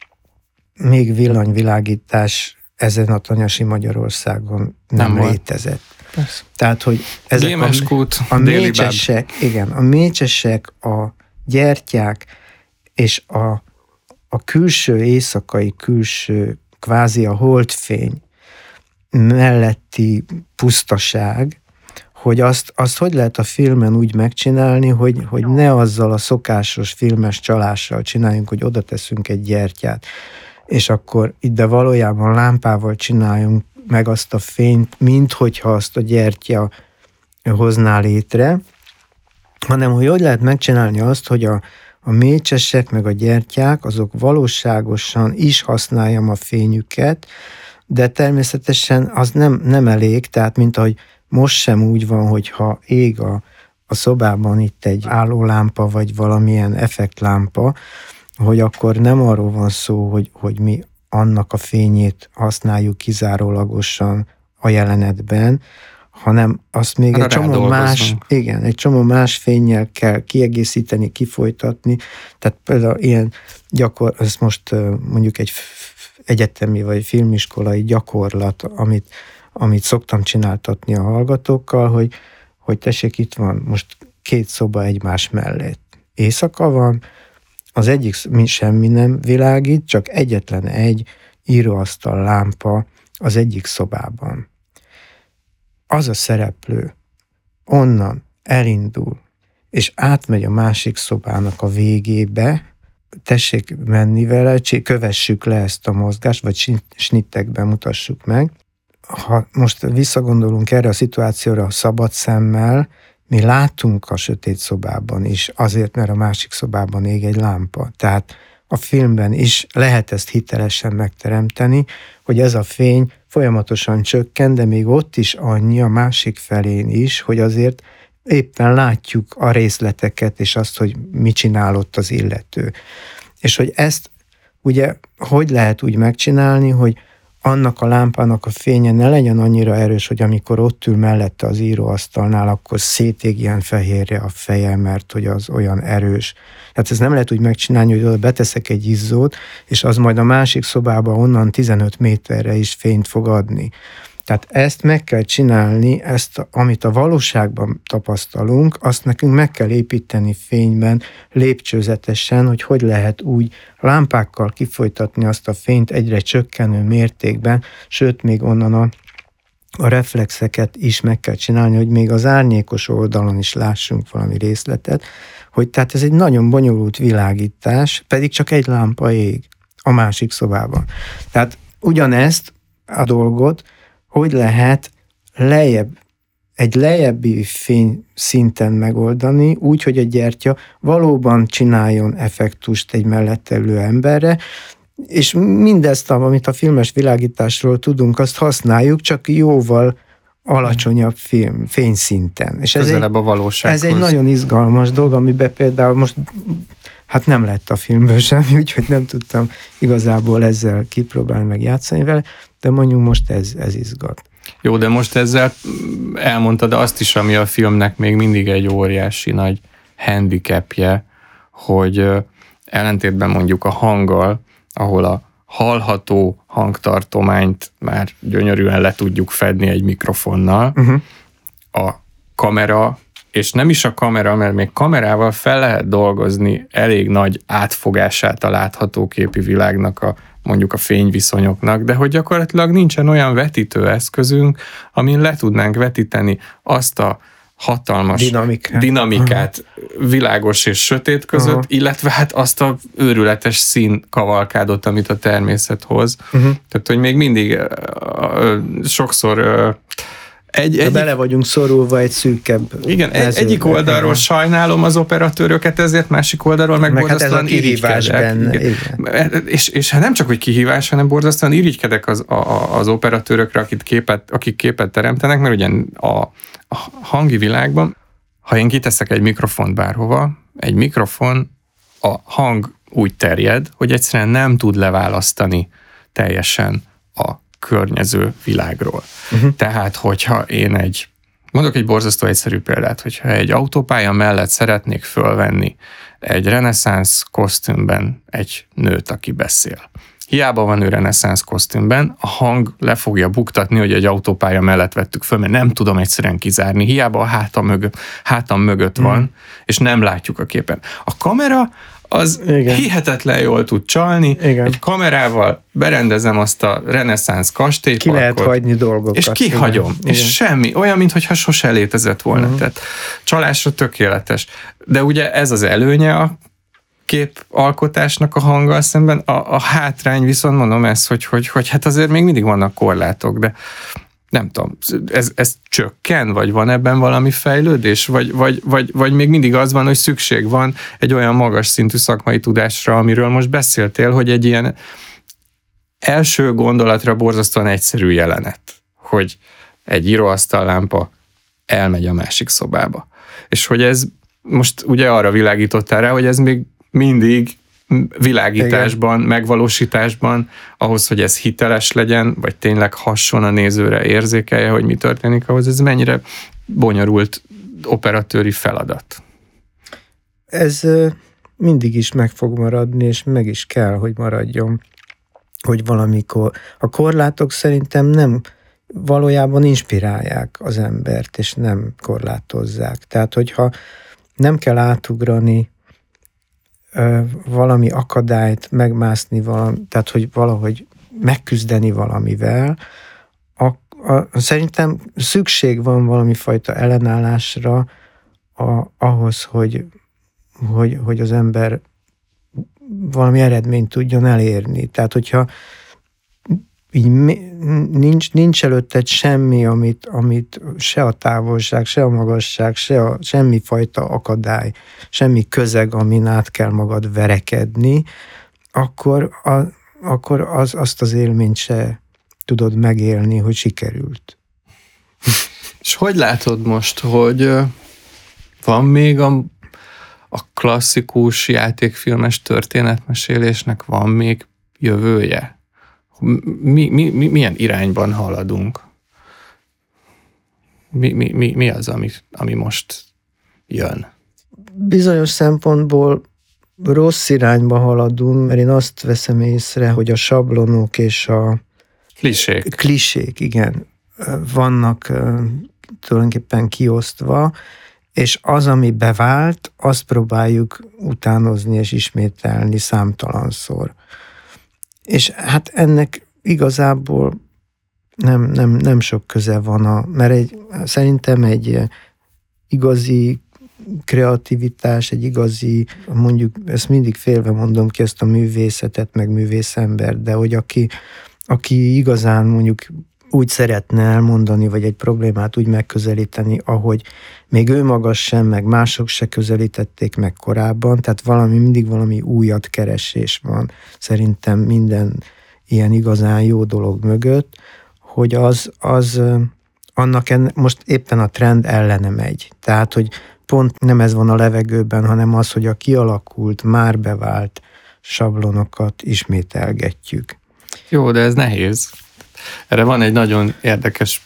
még villanyvilágítás ezen a Tanyasi Magyarországon nem, nem létezett. Persze. Tehát, hogy ezek Gémeskút, a, a mécsesek, igen, a mécsesek, a gyertyák és a, a külső éjszakai külső, kvázi a holdfény melletti pusztaság, hogy azt, azt hogy lehet a filmen úgy megcsinálni, hogy, hogy ne azzal a szokásos filmes csalással csináljunk, hogy oda teszünk egy gyertyát, és akkor ide valójában lámpával csináljunk meg azt a fényt, mint hogyha azt a gyertya hozná létre, hanem hogy hogy lehet megcsinálni azt, hogy a, a mécsesek meg a gyertyák azok valóságosan is használjam a fényüket, de természetesen az nem, nem elég, tehát mint ahogy most sem úgy van, hogyha ég a, a szobában itt egy állólámpa, vagy valamilyen effektlámpa, hogy akkor nem arról van szó, hogy, hogy mi annak a fényét használjuk kizárólagosan a jelenetben, hanem azt még Arra egy csomó más, igen, egy csomó más fénnyel kell kiegészíteni, kifolytatni. Tehát például ilyen gyakor, ez most mondjuk egy egyetemi vagy filmiskolai gyakorlat, amit, amit szoktam csináltatni a hallgatókkal, hogy, hogy tessék, itt van most két szoba egymás mellett. Éjszaka van, az egyik semmi nem világít, csak egyetlen egy íróasztal lámpa az egyik szobában. Az a szereplő onnan elindul, és átmegy a másik szobának a végébe, tessék menni vele, kövessük le ezt a mozgást, vagy snittekben mutassuk meg. Ha most visszagondolunk erre a szituációra a szabad szemmel, mi látunk a sötét szobában is, azért, mert a másik szobában ég egy lámpa. Tehát a filmben is lehet ezt hitelesen megteremteni, hogy ez a fény folyamatosan csökken, de még ott is annyi a másik felén is, hogy azért éppen látjuk a részleteket, és azt, hogy mit csinál ott az illető. És hogy ezt ugye hogy lehet úgy megcsinálni, hogy annak a lámpának a fénye ne legyen annyira erős, hogy amikor ott ül mellette az íróasztalnál, akkor szétégjen fehérre a feje, mert hogy az olyan erős. Tehát ez nem lehet úgy megcsinálni, hogy oda beteszek egy izzót, és az majd a másik szobába onnan tizenöt méterre is fényt fog adni. Tehát ezt meg kell csinálni, ezt, amit a valóságban tapasztalunk, azt nekünk meg kell építeni fényben, lépcsőzetesen, hogy hogy lehet úgy lámpákkal kifolytatni azt a fényt egyre csökkenő mértékben, sőt, még onnan a, a reflexeket is meg kell csinálni, hogy még az árnyékos oldalon is lássunk valami részletet, hogy tehát ez egy nagyon bonyolult világítás, pedig csak egy lámpa ég a másik szobában. Tehát ugyanezt a dolgot hogy lehet lejjebb, egy lejjebbi fény szinten megoldani, úgy, hogy a gyertya valóban csináljon effektust egy mellette ülő emberre, és mindezt, amit a filmes világításról tudunk, azt használjuk, csak jóval alacsonyabb film, fényszinten. És ez egy, a valósághoz. Ez egy nagyon izgalmas dolog, amiben például most hát nem lett a filmből semmi, úgyhogy nem tudtam igazából ezzel kipróbálni, meg játszani vele, de mondjuk most ez, ez izgat. Jó, de most ezzel elmondtad azt is, ami a filmnek még mindig egy óriási nagy handicapje, hogy ellentétben mondjuk a hanggal, ahol a hallható hangtartományt már gyönyörűen le tudjuk fedni egy mikrofonnal, uh-huh. a kamera, és nem is a kamera, mert még kamerával fel lehet dolgozni elég nagy átfogását a látható képi világnak, a, mondjuk a fényviszonyoknak, de hogy gyakorlatilag nincsen olyan vetítőeszközünk, amin le tudnánk vetíteni azt a hatalmas Dinamikát, dinamikát uh-huh. világos és sötét között, uh-huh. illetve hát azt a őrületes színkavalkádot, amit a természet hoz. Uh-huh. Tehát, hogy még mindig uh, uh, sokszor uh, Egy, egy, bele vagyunk szorulva egy szűkebb... Igen, egy, egyik oldalról sajnálom az operatőröket, ezért másik oldalról meg, meg borzasztóan hát irigykedek. És, és hát nem csak, hogy kihívás, hanem borzasztóan irigykedek az, a, az operatőrökre, akik képet, akik képet teremtenek, mert ugye a, a hangi világban, ha én kiteszek egy mikrofont bárhova, egy mikrofon, a hang úgy terjed, hogy egyszerűen nem tud leválasztani teljesen a környező világról. Uh-huh. Tehát, hogyha én egy, mondok egy borzasztó egyszerű példát, hogyha egy autópálya mellett szeretnék fölvenni egy reneszánsz kosztümben egy nőt, aki beszél. Hiába van ő reneszánsz kosztümben, a hang le fogja buktatni, hogy egy autópálya mellett vettük föl, mert nem tudom egyszerűen kizárni. Hiába a hátam mögött, hátam mögött uh-huh. van, és nem látjuk a képen. A kamera az igen. hihetetlen jól tud csalni. Igen. Egy kamerával berendezem azt a reneszánsz kastélyparkot. Ki lehet hagyni dolgokat. És kihagyom. Igen. És igen. semmi. Olyan, mintha sose létezett volna. Uh-huh. Tehát csalásra tökéletes. De ugye ez az előnye a képalkotásnak a hanggal szemben. A, a hátrány viszont mondom ezt, hogy, hogy, hogy hát azért még mindig vannak korlátok, de nem tudom, ez, ez csökken, vagy van ebben valami fejlődés, vagy, vagy, vagy, vagy még mindig az van, hogy szükség van egy olyan magas szintű szakmai tudásra, amiről most beszéltél, hogy egy ilyen első gondolatra borzasztóan egyszerű jelenet, hogy egy íróasztallámpa elmegy a másik szobába. És hogy ez most ugye arra világítottál rá, hogy ez még mindig világításban, igen, megvalósításban, ahhoz, hogy ez hiteles legyen, vagy tényleg hasson a nézőre, érzékelje, hogy mi történik, ahhoz ez mennyire bonyolult operatőri feladat. Ez mindig is meg fog maradni, és meg is kell, hogy maradjon, hogy valamikor. A korlátok szerintem nem valójában inspirálják az embert, és nem korlátozzák. Tehát, hogyha nem kell átugrani valami akadályt, megmászni valami, tehát hogy valahogy megküzdeni valamivel, a, a, szerintem szükség van valami fajta ellenállásra a, ahhoz, hogy, hogy, hogy az ember valami eredményt tudjon elérni. Tehát, hogyha így nincs, nincs előtted semmi, amit, amit se a távolság, se a magasság, se a semmifajta akadály, semmi közeg, amin át kell magad verekedni, akkor, a, akkor az, azt az élményt se tudod megélni, hogy sikerült. És hogy látod most, hogy van még a, a klasszikus játékfilmes történetmesélésnek van még jövője? Mi, mi, mi, milyen irányban haladunk? Mi, mi, mi, mi az, ami, ami most jön? Bizonyos szempontból rossz irányba haladunk, mert én azt veszem észre, hogy a sablonok és a klisék, klisék igen, vannak tulajdonképpen kiosztva, és az, ami bevált, azt próbáljuk utánozni és ismételni számtalanszor. És hát ennek igazából nem, nem, nem sok köze van, a, mert egy, szerintem egy igazi kreativitás, egy igazi, mondjuk ezt mindig félve mondom ki, ezt a művészetet, meg művészembert, de hogy aki, aki igazán mondjuk úgy szeretne elmondani, vagy egy problémát úgy megközelíteni, ahogy még ő maga sem, meg mások se közelítették meg korábban, tehát valami, mindig valami újat keresés van. Szerintem minden ilyen igazán jó dolog mögött, hogy az, az annak enne, most éppen a trend ellene megy. Tehát, hogy pont nem ez van a levegőben, hanem az, hogy a kialakult, már bevált sablonokat ismételgetjük. Jó, de ez nehéz. Erre van egy nagyon érdekes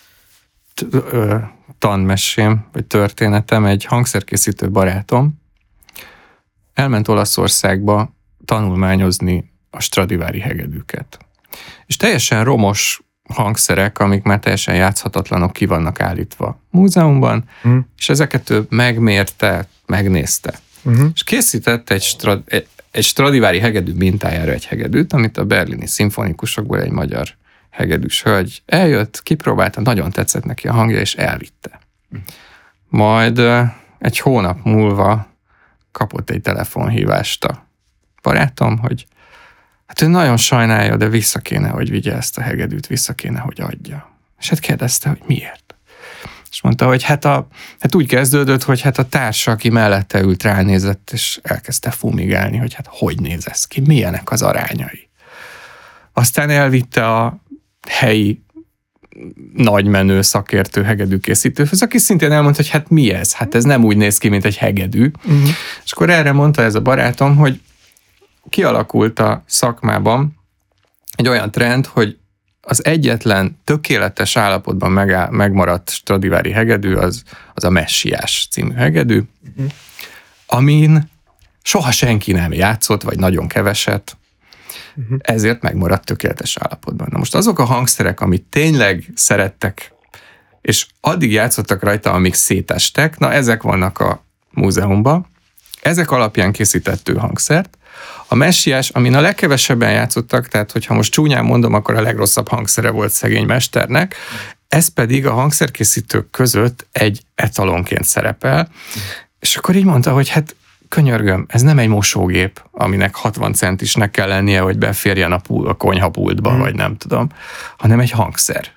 tanmesém, vagy történetem. Egy hangszerkészítő barátom elment Olaszországba tanulmányozni a Stradivari hegedűket. És teljesen romos hangszerek, amik már teljesen játszhatatlanok, ki vannak állítva múzeumban, mm. és ezeket ő megmérte, megnézte. Mm-hmm. És készített egy, Strad, egy, egy Stradivari hegedű mintájára egy hegedűt, amit a berlini szimfonikusokból egy magyar hegedűs hölgy eljött, kipróbálta, nagyon tetszett neki a hangja, és elvitte. Majd egy hónap múlva kapott egy telefonhívást a barátom, hogy hát ő nagyon sajnálja, de vissza kéne, hogy vigye ezt a hegedűt, vissza kéne, hogy adja. És hát kérdezte, hogy miért. És mondta, hogy hát, a, hát úgy kezdődött, hogy hát a társa, aki mellette ült, ránézett, és elkezdte fumigálni, hogy hát hogy néz ez ki, milyenek az arányai. Aztán elvitte a helyi nagymenő szakértő hegedűkészítőhöz, aki szintén elmondta, hogy hát mi ez? Hát ez nem úgy néz ki, mint egy hegedű. Uh-huh. És akkor erre mondta ez a barátom, hogy kialakult a szakmában egy olyan trend, hogy az egyetlen tökéletes állapotban megáll, megmaradt Stradivari hegedű, az, az a Messiás című hegedű, uh-huh. amin soha senki nem játszott, vagy nagyon keveset, uh-huh. ezért megmaradt tökéletes állapotban. Na most azok a hangszerek, amit tényleg szerettek, és addig játszottak rajta, amíg szétestek, na ezek vannak a múzeumban, ezek alapján készített ő hangszert. A Messiás, amin a legkevesebben játszottak, tehát hogyha most csúnyán mondom, akkor a legrosszabb hangszere volt szegény mesternek, ez pedig a hangszerkészítők között egy etalonként szerepel, és akkor így mondta, hogy hát könyörgöm, ez nem egy mosógép, aminek hatvan centisnek kell lennie, hogy beférjen a, pul- a konyhapultba, mm. vagy nem tudom, hanem egy hangszer.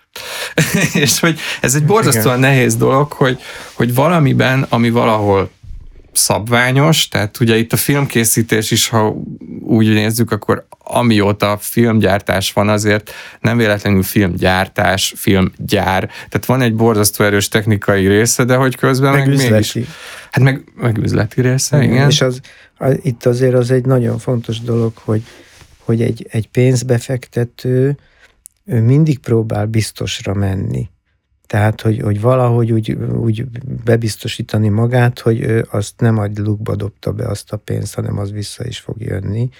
És hogy ez egy borzasztóan Igen. nehéz dolog, hogy, hogy valamiben, ami valahol szabványos, tehát ugye itt a filmkészítés is, ha úgy nézzük, akkor amióta filmgyártás van, azért nem véletlenül filmgyártás, filmgyár, tehát van egy borzasztó erős technikai része, de hogy közben meg, meg mégis... Hát meg, meg üzleti része, igen. igen. És az, itt azért az egy nagyon fontos dolog, hogy, hogy egy, egy pénzbefektető ő mindig próbál biztosra menni. Tehát, hogy, hogy valahogy úgy, úgy bebiztosítani magát, hogy ő azt nem egy lukba dobta be azt a pénzt, hanem az vissza is fog jönni.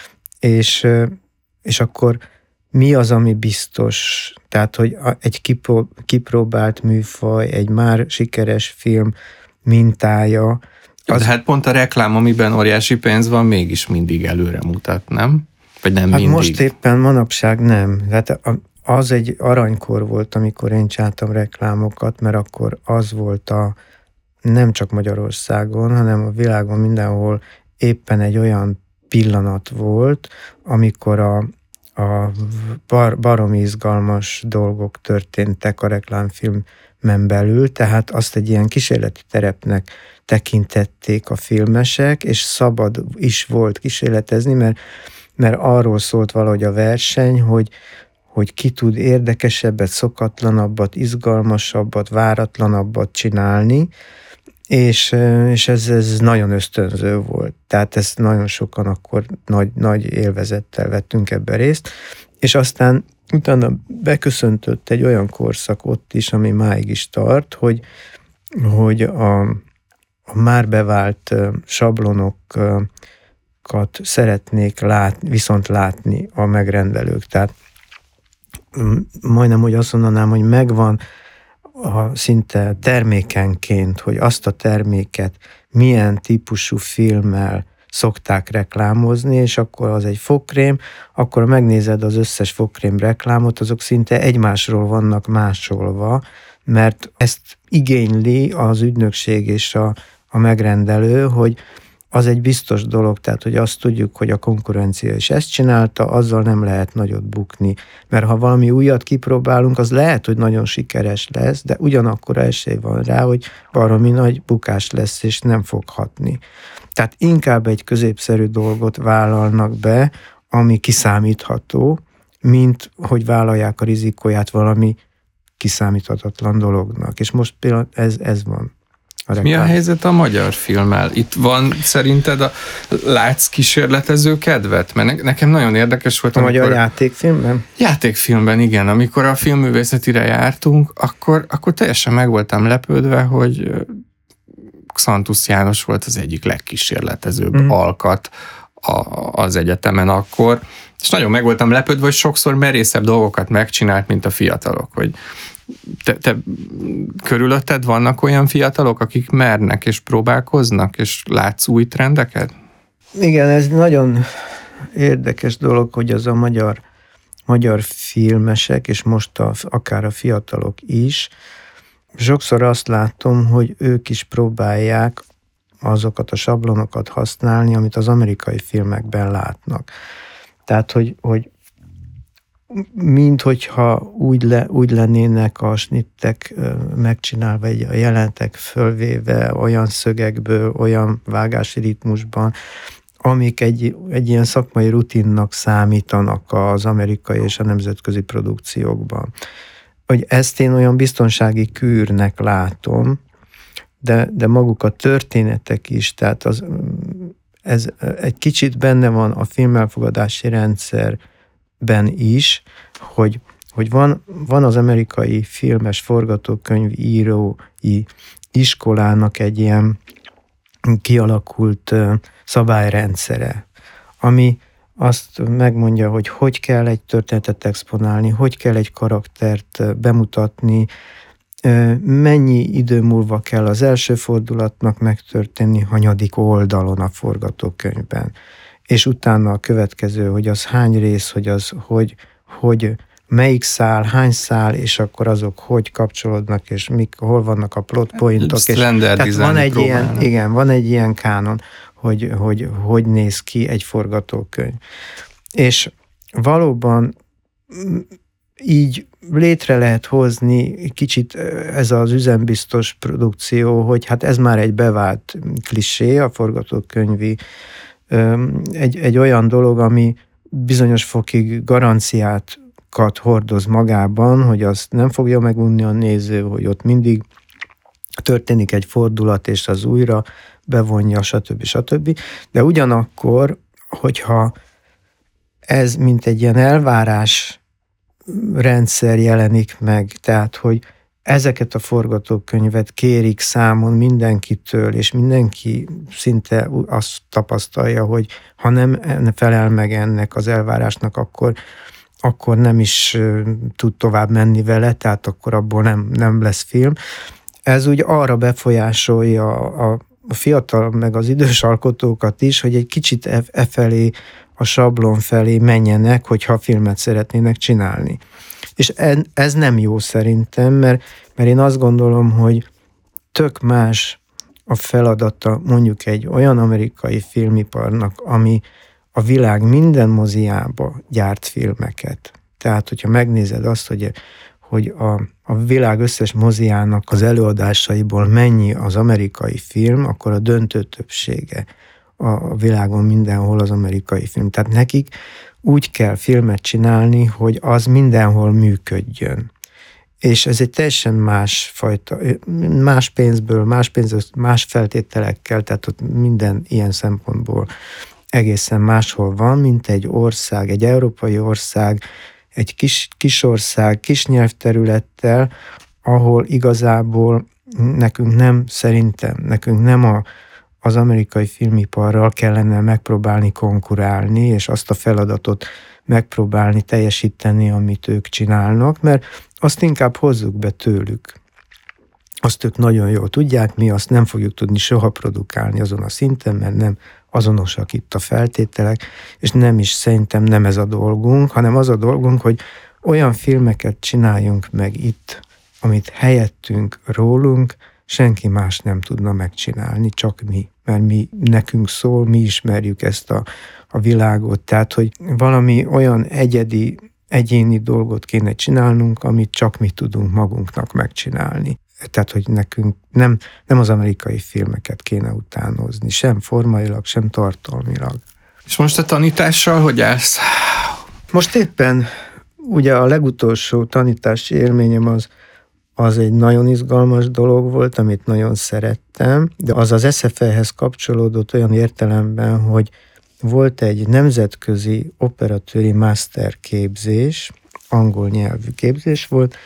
És, és akkor mi az, ami biztos? Tehát, hogy egy kipróbált műfaj, egy már sikeres film mintája. Az... De hát pont a reklám, amiben óriási pénz van, mégis mindig előre mutat, nem? Vagy nem hát mindig? Most éppen manapság nem. Hát az egy aranykor volt, amikor én csináltam reklámokat, mert akkor az volt a, nem csak Magyarországon, hanem a világon mindenhol éppen egy olyan pillanat volt, amikor a, a bar, baromi izgalmas dolgok történtek a reklámfilmen belül, tehát azt egy ilyen kísérleti terepnek tekintették a filmesek, és szabad is volt kísérletezni, mert, mert arról szólt valahogy a verseny, hogy hogy ki tud érdekesebbet, szokatlanabbat, izgalmasabbat, váratlanabbat csinálni, és, és ez, ez nagyon ösztönző volt. Tehát ezt nagyon sokan akkor nagy, nagy élvezettel vettünk ebbe részt, és aztán utána beköszöntött egy olyan korszak ott is, ami máig is tart, hogy, hogy a, a már bevált sablonokat szeretnék lát, viszont látni a megrendelők. Tehát majdnem, hogy azt mondanám, hogy megvan a szinte termékenként, hogy azt a terméket milyen típusú filmmel szokták reklámozni, és akkor az egy fogkrém, akkor megnézed az összes fogkrém reklámot, azok szinte egymásról vannak másolva, mert ezt igényli az ügynökség és a, a megrendelő, hogy az egy biztos dolog, tehát hogy azt tudjuk, hogy a konkurencia is ezt csinálta, azzal nem lehet nagyot bukni. Mert ha valami újat kipróbálunk, az lehet, hogy nagyon sikeres lesz, de ugyanakkor esély van rá, hogy baromi nagy bukás lesz, és nem fog hatni. Tehát inkább egy középszerű dolgot vállalnak be, ami kiszámítható, mint hogy vállalják a rizikóját valami kiszámíthatatlan dolognak. És most például ez, ez van. A Mi a helyzet a magyar filmmel? Itt van szerinted a látsz kísérletező kedvet? Mert nekem nagyon érdekes volt, a amikor... magyar játékfilmben? Játékfilmben, igen. Amikor a filmművészetire jártunk, akkor, akkor teljesen meg voltam lepődve, hogy Xantusz János volt az egyik legkísérletezőbb mm. alkat az egyetemen akkor, és nagyon meg voltam lepődve, hogy sokszor merészebb dolgokat megcsinált, mint a fiatalok, hogy Te, te körülötted vannak olyan fiatalok, akik mernek és próbálkoznak, és látsz új trendeket? Igen, ez nagyon érdekes dolog, hogy az a magyar, magyar filmesek, és most a, akár a fiatalok is, sokszor azt látom, hogy ők is próbálják azokat a sablonokat használni, amit az amerikai filmekben látnak. Tehát, hogy, hogy mint hogyha úgy, le, úgy lennének a snittek megcsinálva, vagy a jelentek fölvéve olyan szögekből, olyan vágási ritmusban, amik egy, egy ilyen szakmai rutinnak számítanak az amerikai és a nemzetközi produkciókban. Hogy ezt én olyan biztonsági kűrnek látom, de, de maguk a történetek is, tehát az, ez egy kicsit benne van a filmelfogadási rendszer ben is, hogy, hogy van, van az amerikai filmes forgatókönyvírói iskolának egy ilyen kialakult szabályrendszere, ami azt megmondja, hogy hogy kell egy történetet exponálni, hogy kell egy karaktert bemutatni, mennyi idő múlva kell az első fordulatnak megtörténni, hanyadik oldalon a forgatókönyvben. És utána a következő, hogy az hány rész, hogy az, hogy, hogy melyik szál, hány szál, és akkor azok hogy kapcsolódnak, és mik, hol vannak a plot pointok. És, tehát van egy ilyen, igen, van egy ilyen kánon, hogy hogy, hogy néz ki egy forgatókönyv. És valóban így létre lehet hozni kicsit ez az üzembiztos produkció, hogy hát ez már egy bevált klisé, a forgatókönyvi egy, egy olyan dolog, ami bizonyos fokig garanciákat hordoz magában, hogy azt nem fogja megunni a néző, hogy ott mindig történik egy fordulat, és az újra bevonja, stb. stb. De ugyanakkor, hogyha ez mint egy ilyen elvárás rendszer jelenik meg, tehát, hogy ezeket a forgatókönyvet kérik számon mindenkitől, és mindenki szinte azt tapasztalja, hogy ha nem felel meg ennek az elvárásnak, akkor, akkor nem is tud tovább menni vele, tehát akkor abból nem, nem lesz film. Ez úgy arra befolyásolja a, a fiatal meg az idős alkotókat is, hogy egy kicsit e, e felé, a sablon felé menjenek, hogyha filmet szeretnének csinálni. És ez nem jó szerintem, mert, mert én azt gondolom, hogy tök más a feladata mondjuk egy olyan amerikai filmiparnak, ami a világ minden moziába gyárt filmeket. Tehát, hogyha megnézed azt, hogy, hogy a, a világ összes moziának az előadásaiból mennyi az amerikai film, akkor a döntő többsége a világon mindenhol az amerikai film. Tehát nekik úgy kell filmet csinálni, hogy az mindenhol működjön. És ez egy teljesen más fajta, más pénzből, más pénzből, más feltételekkel, tehát ott minden ilyen szempontból egészen máshol van, mint egy ország, egy európai ország, egy kis, kis ország, kis nyelvterülettel, ahol igazából nekünk nem, szerintem, nekünk nem a az amerikai filmiparral kellene megpróbálni konkurálni, és azt a feladatot megpróbálni teljesíteni, amit ők csinálnak, mert azt inkább hozzuk be tőlük. Azt ők nagyon jól tudják, mi azt nem fogjuk tudni soha produkálni azon a szinten, mert nem azonosak itt a feltételek, és nem is szerintem nem ez a dolgunk, hanem az a dolgunk, hogy olyan filmeket csináljunk meg itt, amit helyettünk, rólunk, senki más nem tudna megcsinálni, csak mi. Mert mi, nekünk szól, mi ismerjük ezt a, a világot. Tehát, hogy valami olyan egyedi, egyéni dolgot kéne csinálnunk, amit csak mi tudunk magunknak megcsinálni. Tehát, hogy nekünk nem, nem az amerikai filmeket kéne utánozni, sem formailag, sem tartalmilag. És most a tanítással hogy állsz? Most éppen ugye a legutolsó tanítási élményem az az egy nagyon izgalmas dolog volt, amit nagyon szerettem, de az az es ef e-hez kapcsolódott olyan értelemben, hogy volt egy nemzetközi operatőri master képzés, angol nyelvű képzés volt,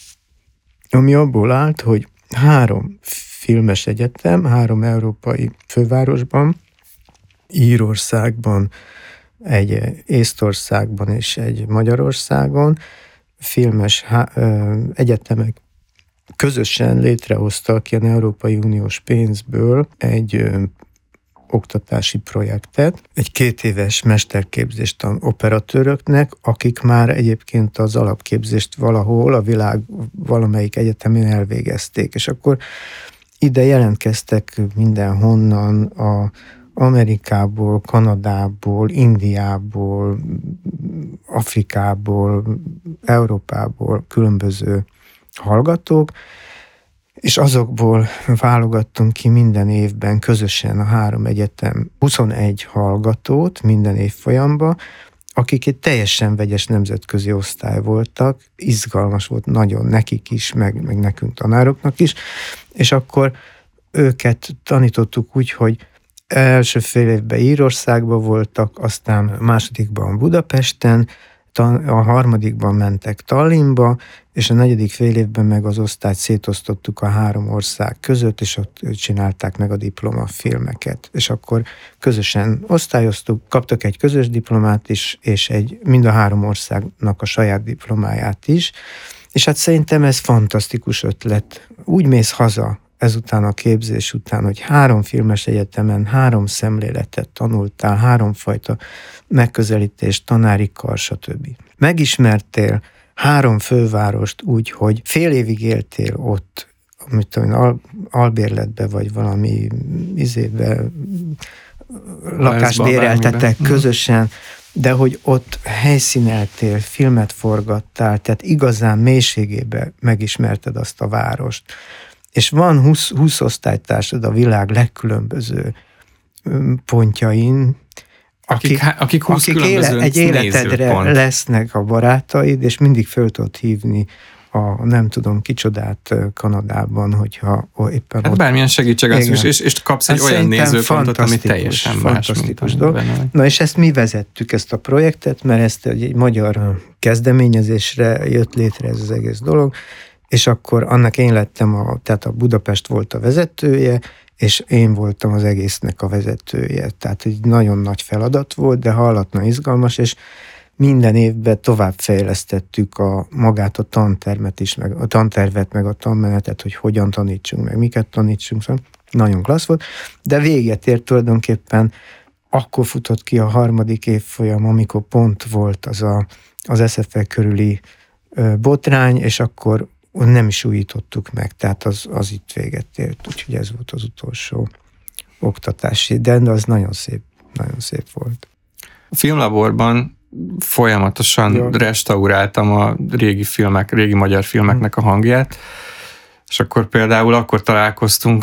ami abból állt, hogy három filmes egyetem, három európai fővárosban, Írországban, egy Észtországban és egy Magyarországon filmes egyetemek közösen létrehoztak ilyen Európai Uniós pénzből egy ö, oktatási projektet, egy két éves mesterképzést a operatőröknek, akik már egyébként az alapképzést valahol a világ valamelyik egyetemén elvégezték. És akkor ide jelentkeztek mindenhonnan a Amerikából, Kanadából, Indiából, Afrikából, Európából különböző hallgatók, és azokból válogattunk ki minden évben közösen a három egyetem huszonegy hallgatót minden évfolyamban, akik egy teljesen vegyes nemzetközi osztály voltak, izgalmas volt nagyon nekik is, meg, meg nekünk tanároknak is, és akkor őket tanítottuk úgy, hogy első fél évben Írországban voltak, aztán másodikban Budapesten, a harmadikban mentek Tallinnba, és a negyedik fél évben meg az osztályt szétosztottuk a három ország között, és ott csinálták meg a diplomafilmeket. És akkor közösen osztályoztuk, kaptak egy közös diplomát is, és egy, mind a három országnak a saját diplomáját is. És hát szerintem ez fantasztikus ötlet. Úgy mész haza ezután a képzés után, hogy három filmes egyetemen három szemléletet tanultál, háromfajta megközelítést, tanári kar, stb. Megismertél három fővárost úgy, hogy fél évig éltél ott, mit tudom, al- albérletbe, vagy valami izébe, lakást béreltetek bármiben. közösen, de hogy ott helyszíneltél, filmet forgattál, tehát igazán mélységében megismerted azt a várost. És van húsz, húsz osztálytársad a világ legkülönböző pontjain, akik, akik, akik, húsz akik éle, egy életedre nézőpont. lesznek a barátaid, és mindig föl tudod hívni a nem tudom kicsodát Kanadában, hogyha éppen hát ott... bármilyen segítség az is, és, és kapsz egy hát olyan nézőpontot, ami teljesen más, mint dolog. Na és ezt mi vezettük, ezt a projektet, mert ezt egy magyar kezdeményezésre jött létre ez az egész dolog, és akkor annak én lettem, a, tehát a Budapest volt a vezetője, és én voltam az egésznek a vezetője. Tehát egy nagyon nagy feladat volt, de hallatlan izgalmas, és minden évben továbbfejlesztettük a, magát a tantermet is, meg a tantervet, meg a tanmenetet, hogy hogyan tanítsunk, meg miket tanítsunk. Szóval nagyon klassz volt, de véget ért tulajdonképpen, akkor futott ki a harmadik évfolyam, amikor pont volt az a, az es ef e körüli ö, botrány, és akkor nem is újítottuk meg, tehát az, az itt véget ért, úgyhogy ez volt az utolsó oktatási, de az nagyon szép, nagyon szép volt. A filmlaborban folyamatosan ja. restauráltam a régi filmek, régi magyar filmeknek a hangját, és akkor például akkor találkoztunk,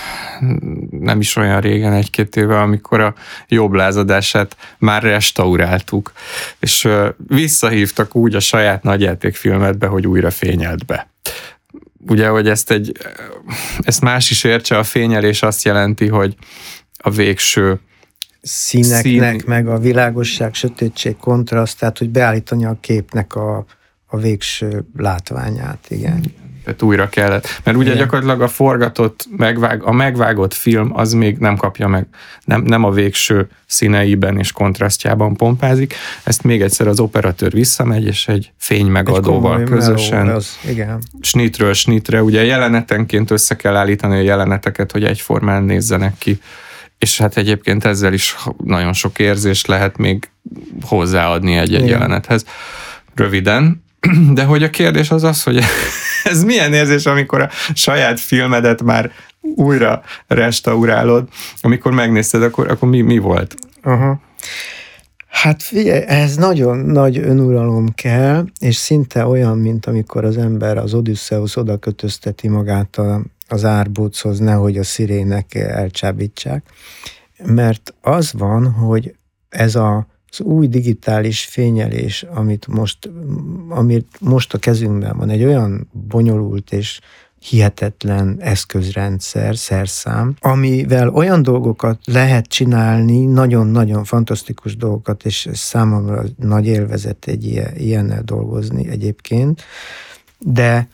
nem is olyan régen, egy-két éve, amikor a Jobb lázadását már restauráltuk, és visszahívtak úgy a saját nagyjátékfilmetbe, hogy újra fényelt be. Ugye, hogy ezt egy, ezt más is értse, a fényelés azt jelenti, hogy a végső színeknek, szín... meg a világosság, sötétség, kontraszt, tehát hogy beállítani a képnek a, a végső látványát, igen. Tehát újra kellett. Mert ugye igen. gyakorlatilag a forgatott, megvág, a megvágott film az még nem kapja meg, nem, nem a végső színeiben és kontrasztjában pompázik. Ezt még egyszer az operatőr visszamegy, és egy fénymegadóval egy közösen az, igen. snitről snitre, ugye jelenetenként össze kell állítani a jeleneteket, hogy egyformán nézzenek ki. És hát egyébként ezzel is nagyon sok érzést lehet még hozzáadni egy-egy jelenethez. Röviden. De hogy a kérdés az az, hogy ez milyen érzés, amikor a saját filmedet már újra restaurálod, amikor megnézted, akkor, akkor mi, mi volt? Aha. Hát figyelj, ez nagyon nagy önuralom kell, és szinte olyan, mint amikor az ember az Odüsszeusz oda kötözteti magát a, az árbóchoz, nehogy a szirének elcsábítsák. Mert az van, hogy ez a az új digitális fényelés, amit most, amit most a kezünkben van, egy olyan bonyolult és hihetetlen eszközrendszer, szerszám, amivel olyan dolgokat lehet csinálni, nagyon-nagyon fantasztikus dolgokat, és számomra nagy élvezet egy ilyen, ilyennel dolgozni egyébként, de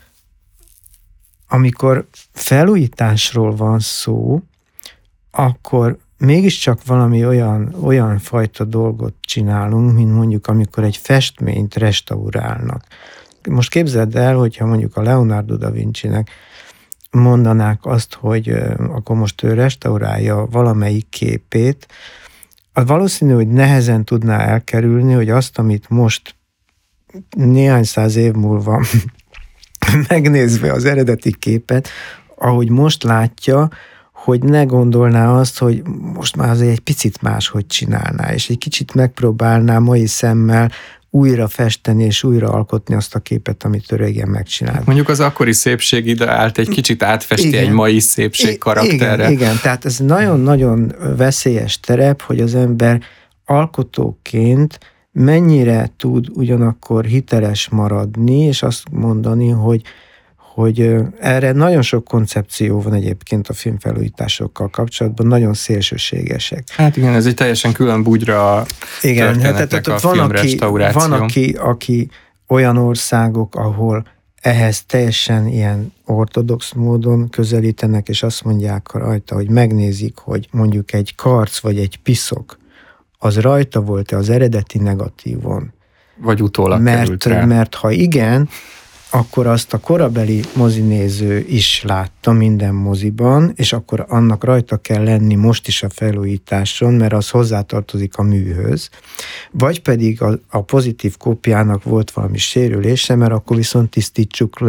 amikor felújításról van szó, akkor mégiscsak valami olyan, olyan fajta dolgot csinálunk, mint mondjuk amikor egy festményt restaurálnak. Most képzeld el, hogyha mondjuk a Leonardo da Vincinek mondanák azt, hogy akkor most ő restaurálja valamelyik képét, az valószínű, hogy nehezen tudná elkerülni, hogy azt, amit most néhány száz év múlva megnézve az eredeti képet, ahogy most látja, hogy ne gondolná azt, hogy most már azért egy picit máshogy csinálná, és egy kicsit megpróbálná mai szemmel újra festeni és újra alkotni azt a képet, amit régen megcsinált. Mondjuk az akkori szépség ideált egy kicsit átfesti igen. egy mai szépség karakterre. Igen, igen, tehát ez nagyon-nagyon veszélyes terep, hogy az ember alkotóként mennyire tud ugyanakkor hiteles maradni, és azt mondani, hogy hogy erre nagyon sok koncepció van egyébként a filmfelújításokkal kapcsolatban, nagyon szélsőségesek. Hát igen, ez egy teljesen külön bugyra igen, történetnek hát, a van, filmrestauráció. Aki, van, aki, aki olyan országok, ahol ehhez teljesen ilyen ortodox módon közelítenek, és azt mondják rajta, hogy megnézik, hogy mondjuk egy karc vagy egy piszok, az rajta volt-e az eredeti negatívon. Vagy utólag mert, került rá. Mert ha igen, akkor azt a korabeli mozinéző is látta minden moziban, és akkor annak rajta kell lenni most is a felújításon, mert az hozzátartozik a műhöz. Vagy pedig a, a pozitív kópiának volt valami sérülése, mert akkor viszont tisztítsuk le.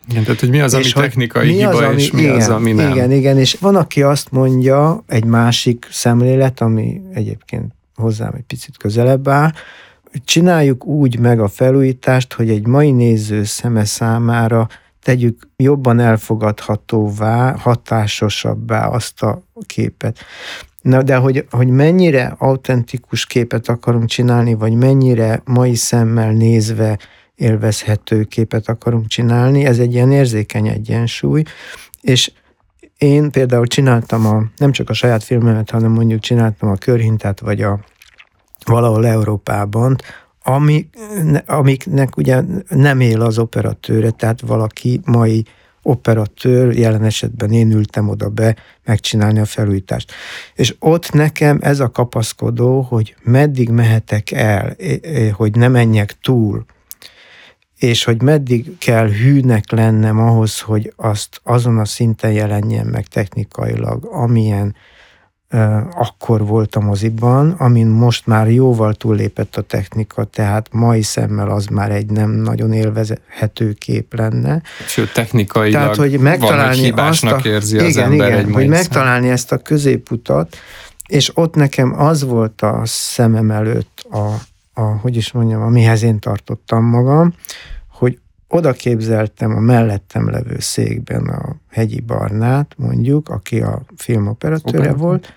Igen, tehát, hogy mi az, ami technikai hiba, az, ami, és mi igen, az, ami nem. Igen, igen, és van, aki azt mondja, egy másik szemlélet, ami egyébként hozzám egy picit közelebb áll, hogy csináljuk úgy meg a felújítást, hogy egy mai néző szeme számára tegyük jobban elfogadhatóvá, hatásosabbá azt a képet. Na, de hogy, hogy mennyire autentikus képet akarunk csinálni, vagy mennyire mai szemmel nézve élvezhető képet akarunk csinálni, ez egy ilyen érzékeny egyensúly, és én például csináltam a, nem csak a saját filmemet, hanem mondjuk csináltam a Körhintát, vagy a valahol Európában, amik, amiknek ugye nem él az operatőre, tehát valaki mai operatőr, jelen esetben én ültem oda be megcsinálni a felújítást. És ott nekem ez a kapaszkodó, hogy meddig mehetek el, hogy ne menjek túl, és hogy meddig kell hűnek lennem ahhoz, hogy azt azon a szinten jelenjen meg technikailag, amilyen uh, akkor volt a moziban, amin most már jóval túllépett a technika, tehát mai szemmel az már egy nem nagyon élvezhető kép lenne. Sőt, technikailag tehát, hogy megtalálni hibásnak azt a, érzi igen, az ember igen, egy hogy szem. megtalálni ezt a középutat, és ott nekem az volt a szemem előtt, a, a, hogy is mondjam, amihez én tartottam magam, hogy oda képzeltem a mellettem levő székben a Hegyi Barnát, mondjuk, aki a filmoperatőre Operatőr. volt,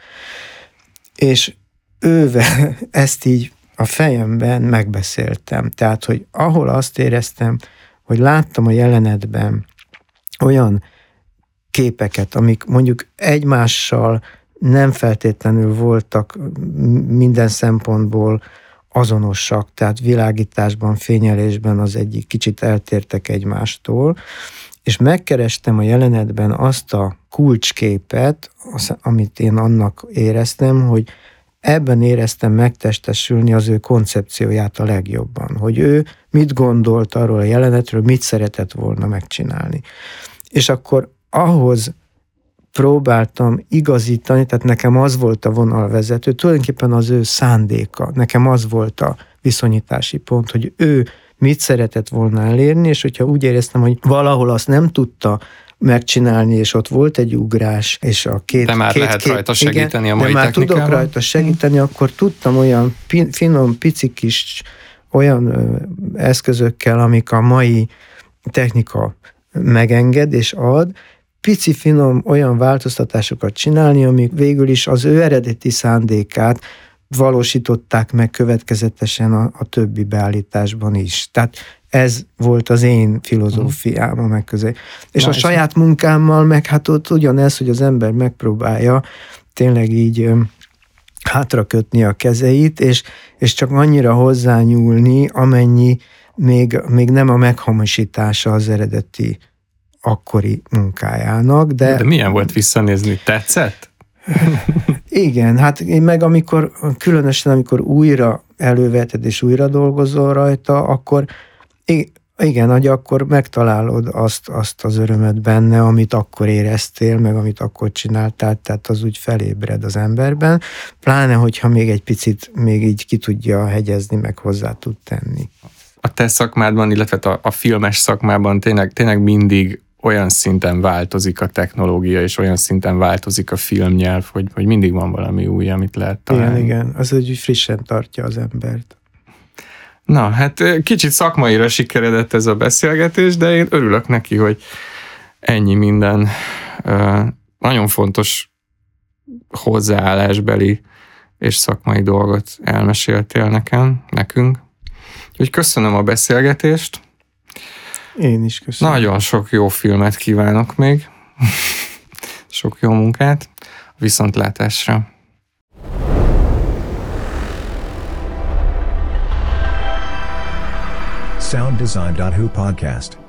és ővel ezt így a fejemben megbeszéltem. Tehát, hogy ahol azt éreztem, hogy láttam a jelenetben olyan képeket, amik mondjuk egymással nem feltétlenül voltak minden szempontból azonosak, tehát világításban, fényelésben az egyik kicsit eltértek egymástól, és megkerestem a jelenetben azt a kulcsképet, amit én annak éreztem, hogy ebben éreztem megtestesülni az ő koncepcióját a legjobban, hogy ő mit gondolt arról a jelenetről, mit szeretett volna megcsinálni. És akkor ahhoz próbáltam igazítani, tehát nekem az volt a vonalvezető, tulajdonképpen az ő szándéka, nekem az volt a viszonyítási pont, hogy ő mit szeretett volna elérni, és hogyha úgy éreztem, hogy valahol azt nem tudta megcsinálni, és ott volt egy ugrás, és a két... De már két, lehet két, rajta segíteni igen, a mai de már technikával? tudok rajta segíteni, akkor tudtam olyan finom, pici kis olyan eszközökkel, amik a mai technika megenged és ad, pici finom olyan változtatásokat csinálni, amik végül is az ő eredeti szándékát valósították meg következetesen a, a többi beállításban is. Tehát ez volt az én filozófiám a megközelítés. És Na, a saját munkámmal meg hát ott ugyanez, hogy az ember megpróbálja tényleg így hátra kötni a kezeit, és, és csak annyira hozzányúlni, amennyi még, még nem a meghamisítása az eredeti akkori munkájának, de... De milyen volt visszanézni? Tetszett? Igen, hát én meg amikor, különösen amikor újra előveted és újra dolgozol rajta, akkor igen, hogy akkor megtalálod azt, azt az örömet benne, amit akkor éreztél, meg amit akkor csináltál, tehát az úgy felébred az emberben, pláne, hogyha még egy picit még így ki tudja hegyezni, meg hozzá tud tenni. A te szakmádban, illetve a, a filmes szakmában tényleg, tényleg mindig olyan szinten változik a technológia, és olyan szinten változik a filmnyelv, hogy, hogy mindig van valami új, amit lehet találni. Igen, igen, az úgy frissen tartja az embert. Na, hát kicsit szakmaira sikeredett ez a beszélgetés, de én örülök neki, hogy ennyi minden nagyon fontos hozzáállásbeli és szakmai dolgot elmeséltél nekem, nekünk. Úgyhogy köszönöm a beszélgetést. Én is köszönöm. Nagyon sok jó filmet kívánok még. Sok jó munkát. Viszontlátásra. sound design dot who podcast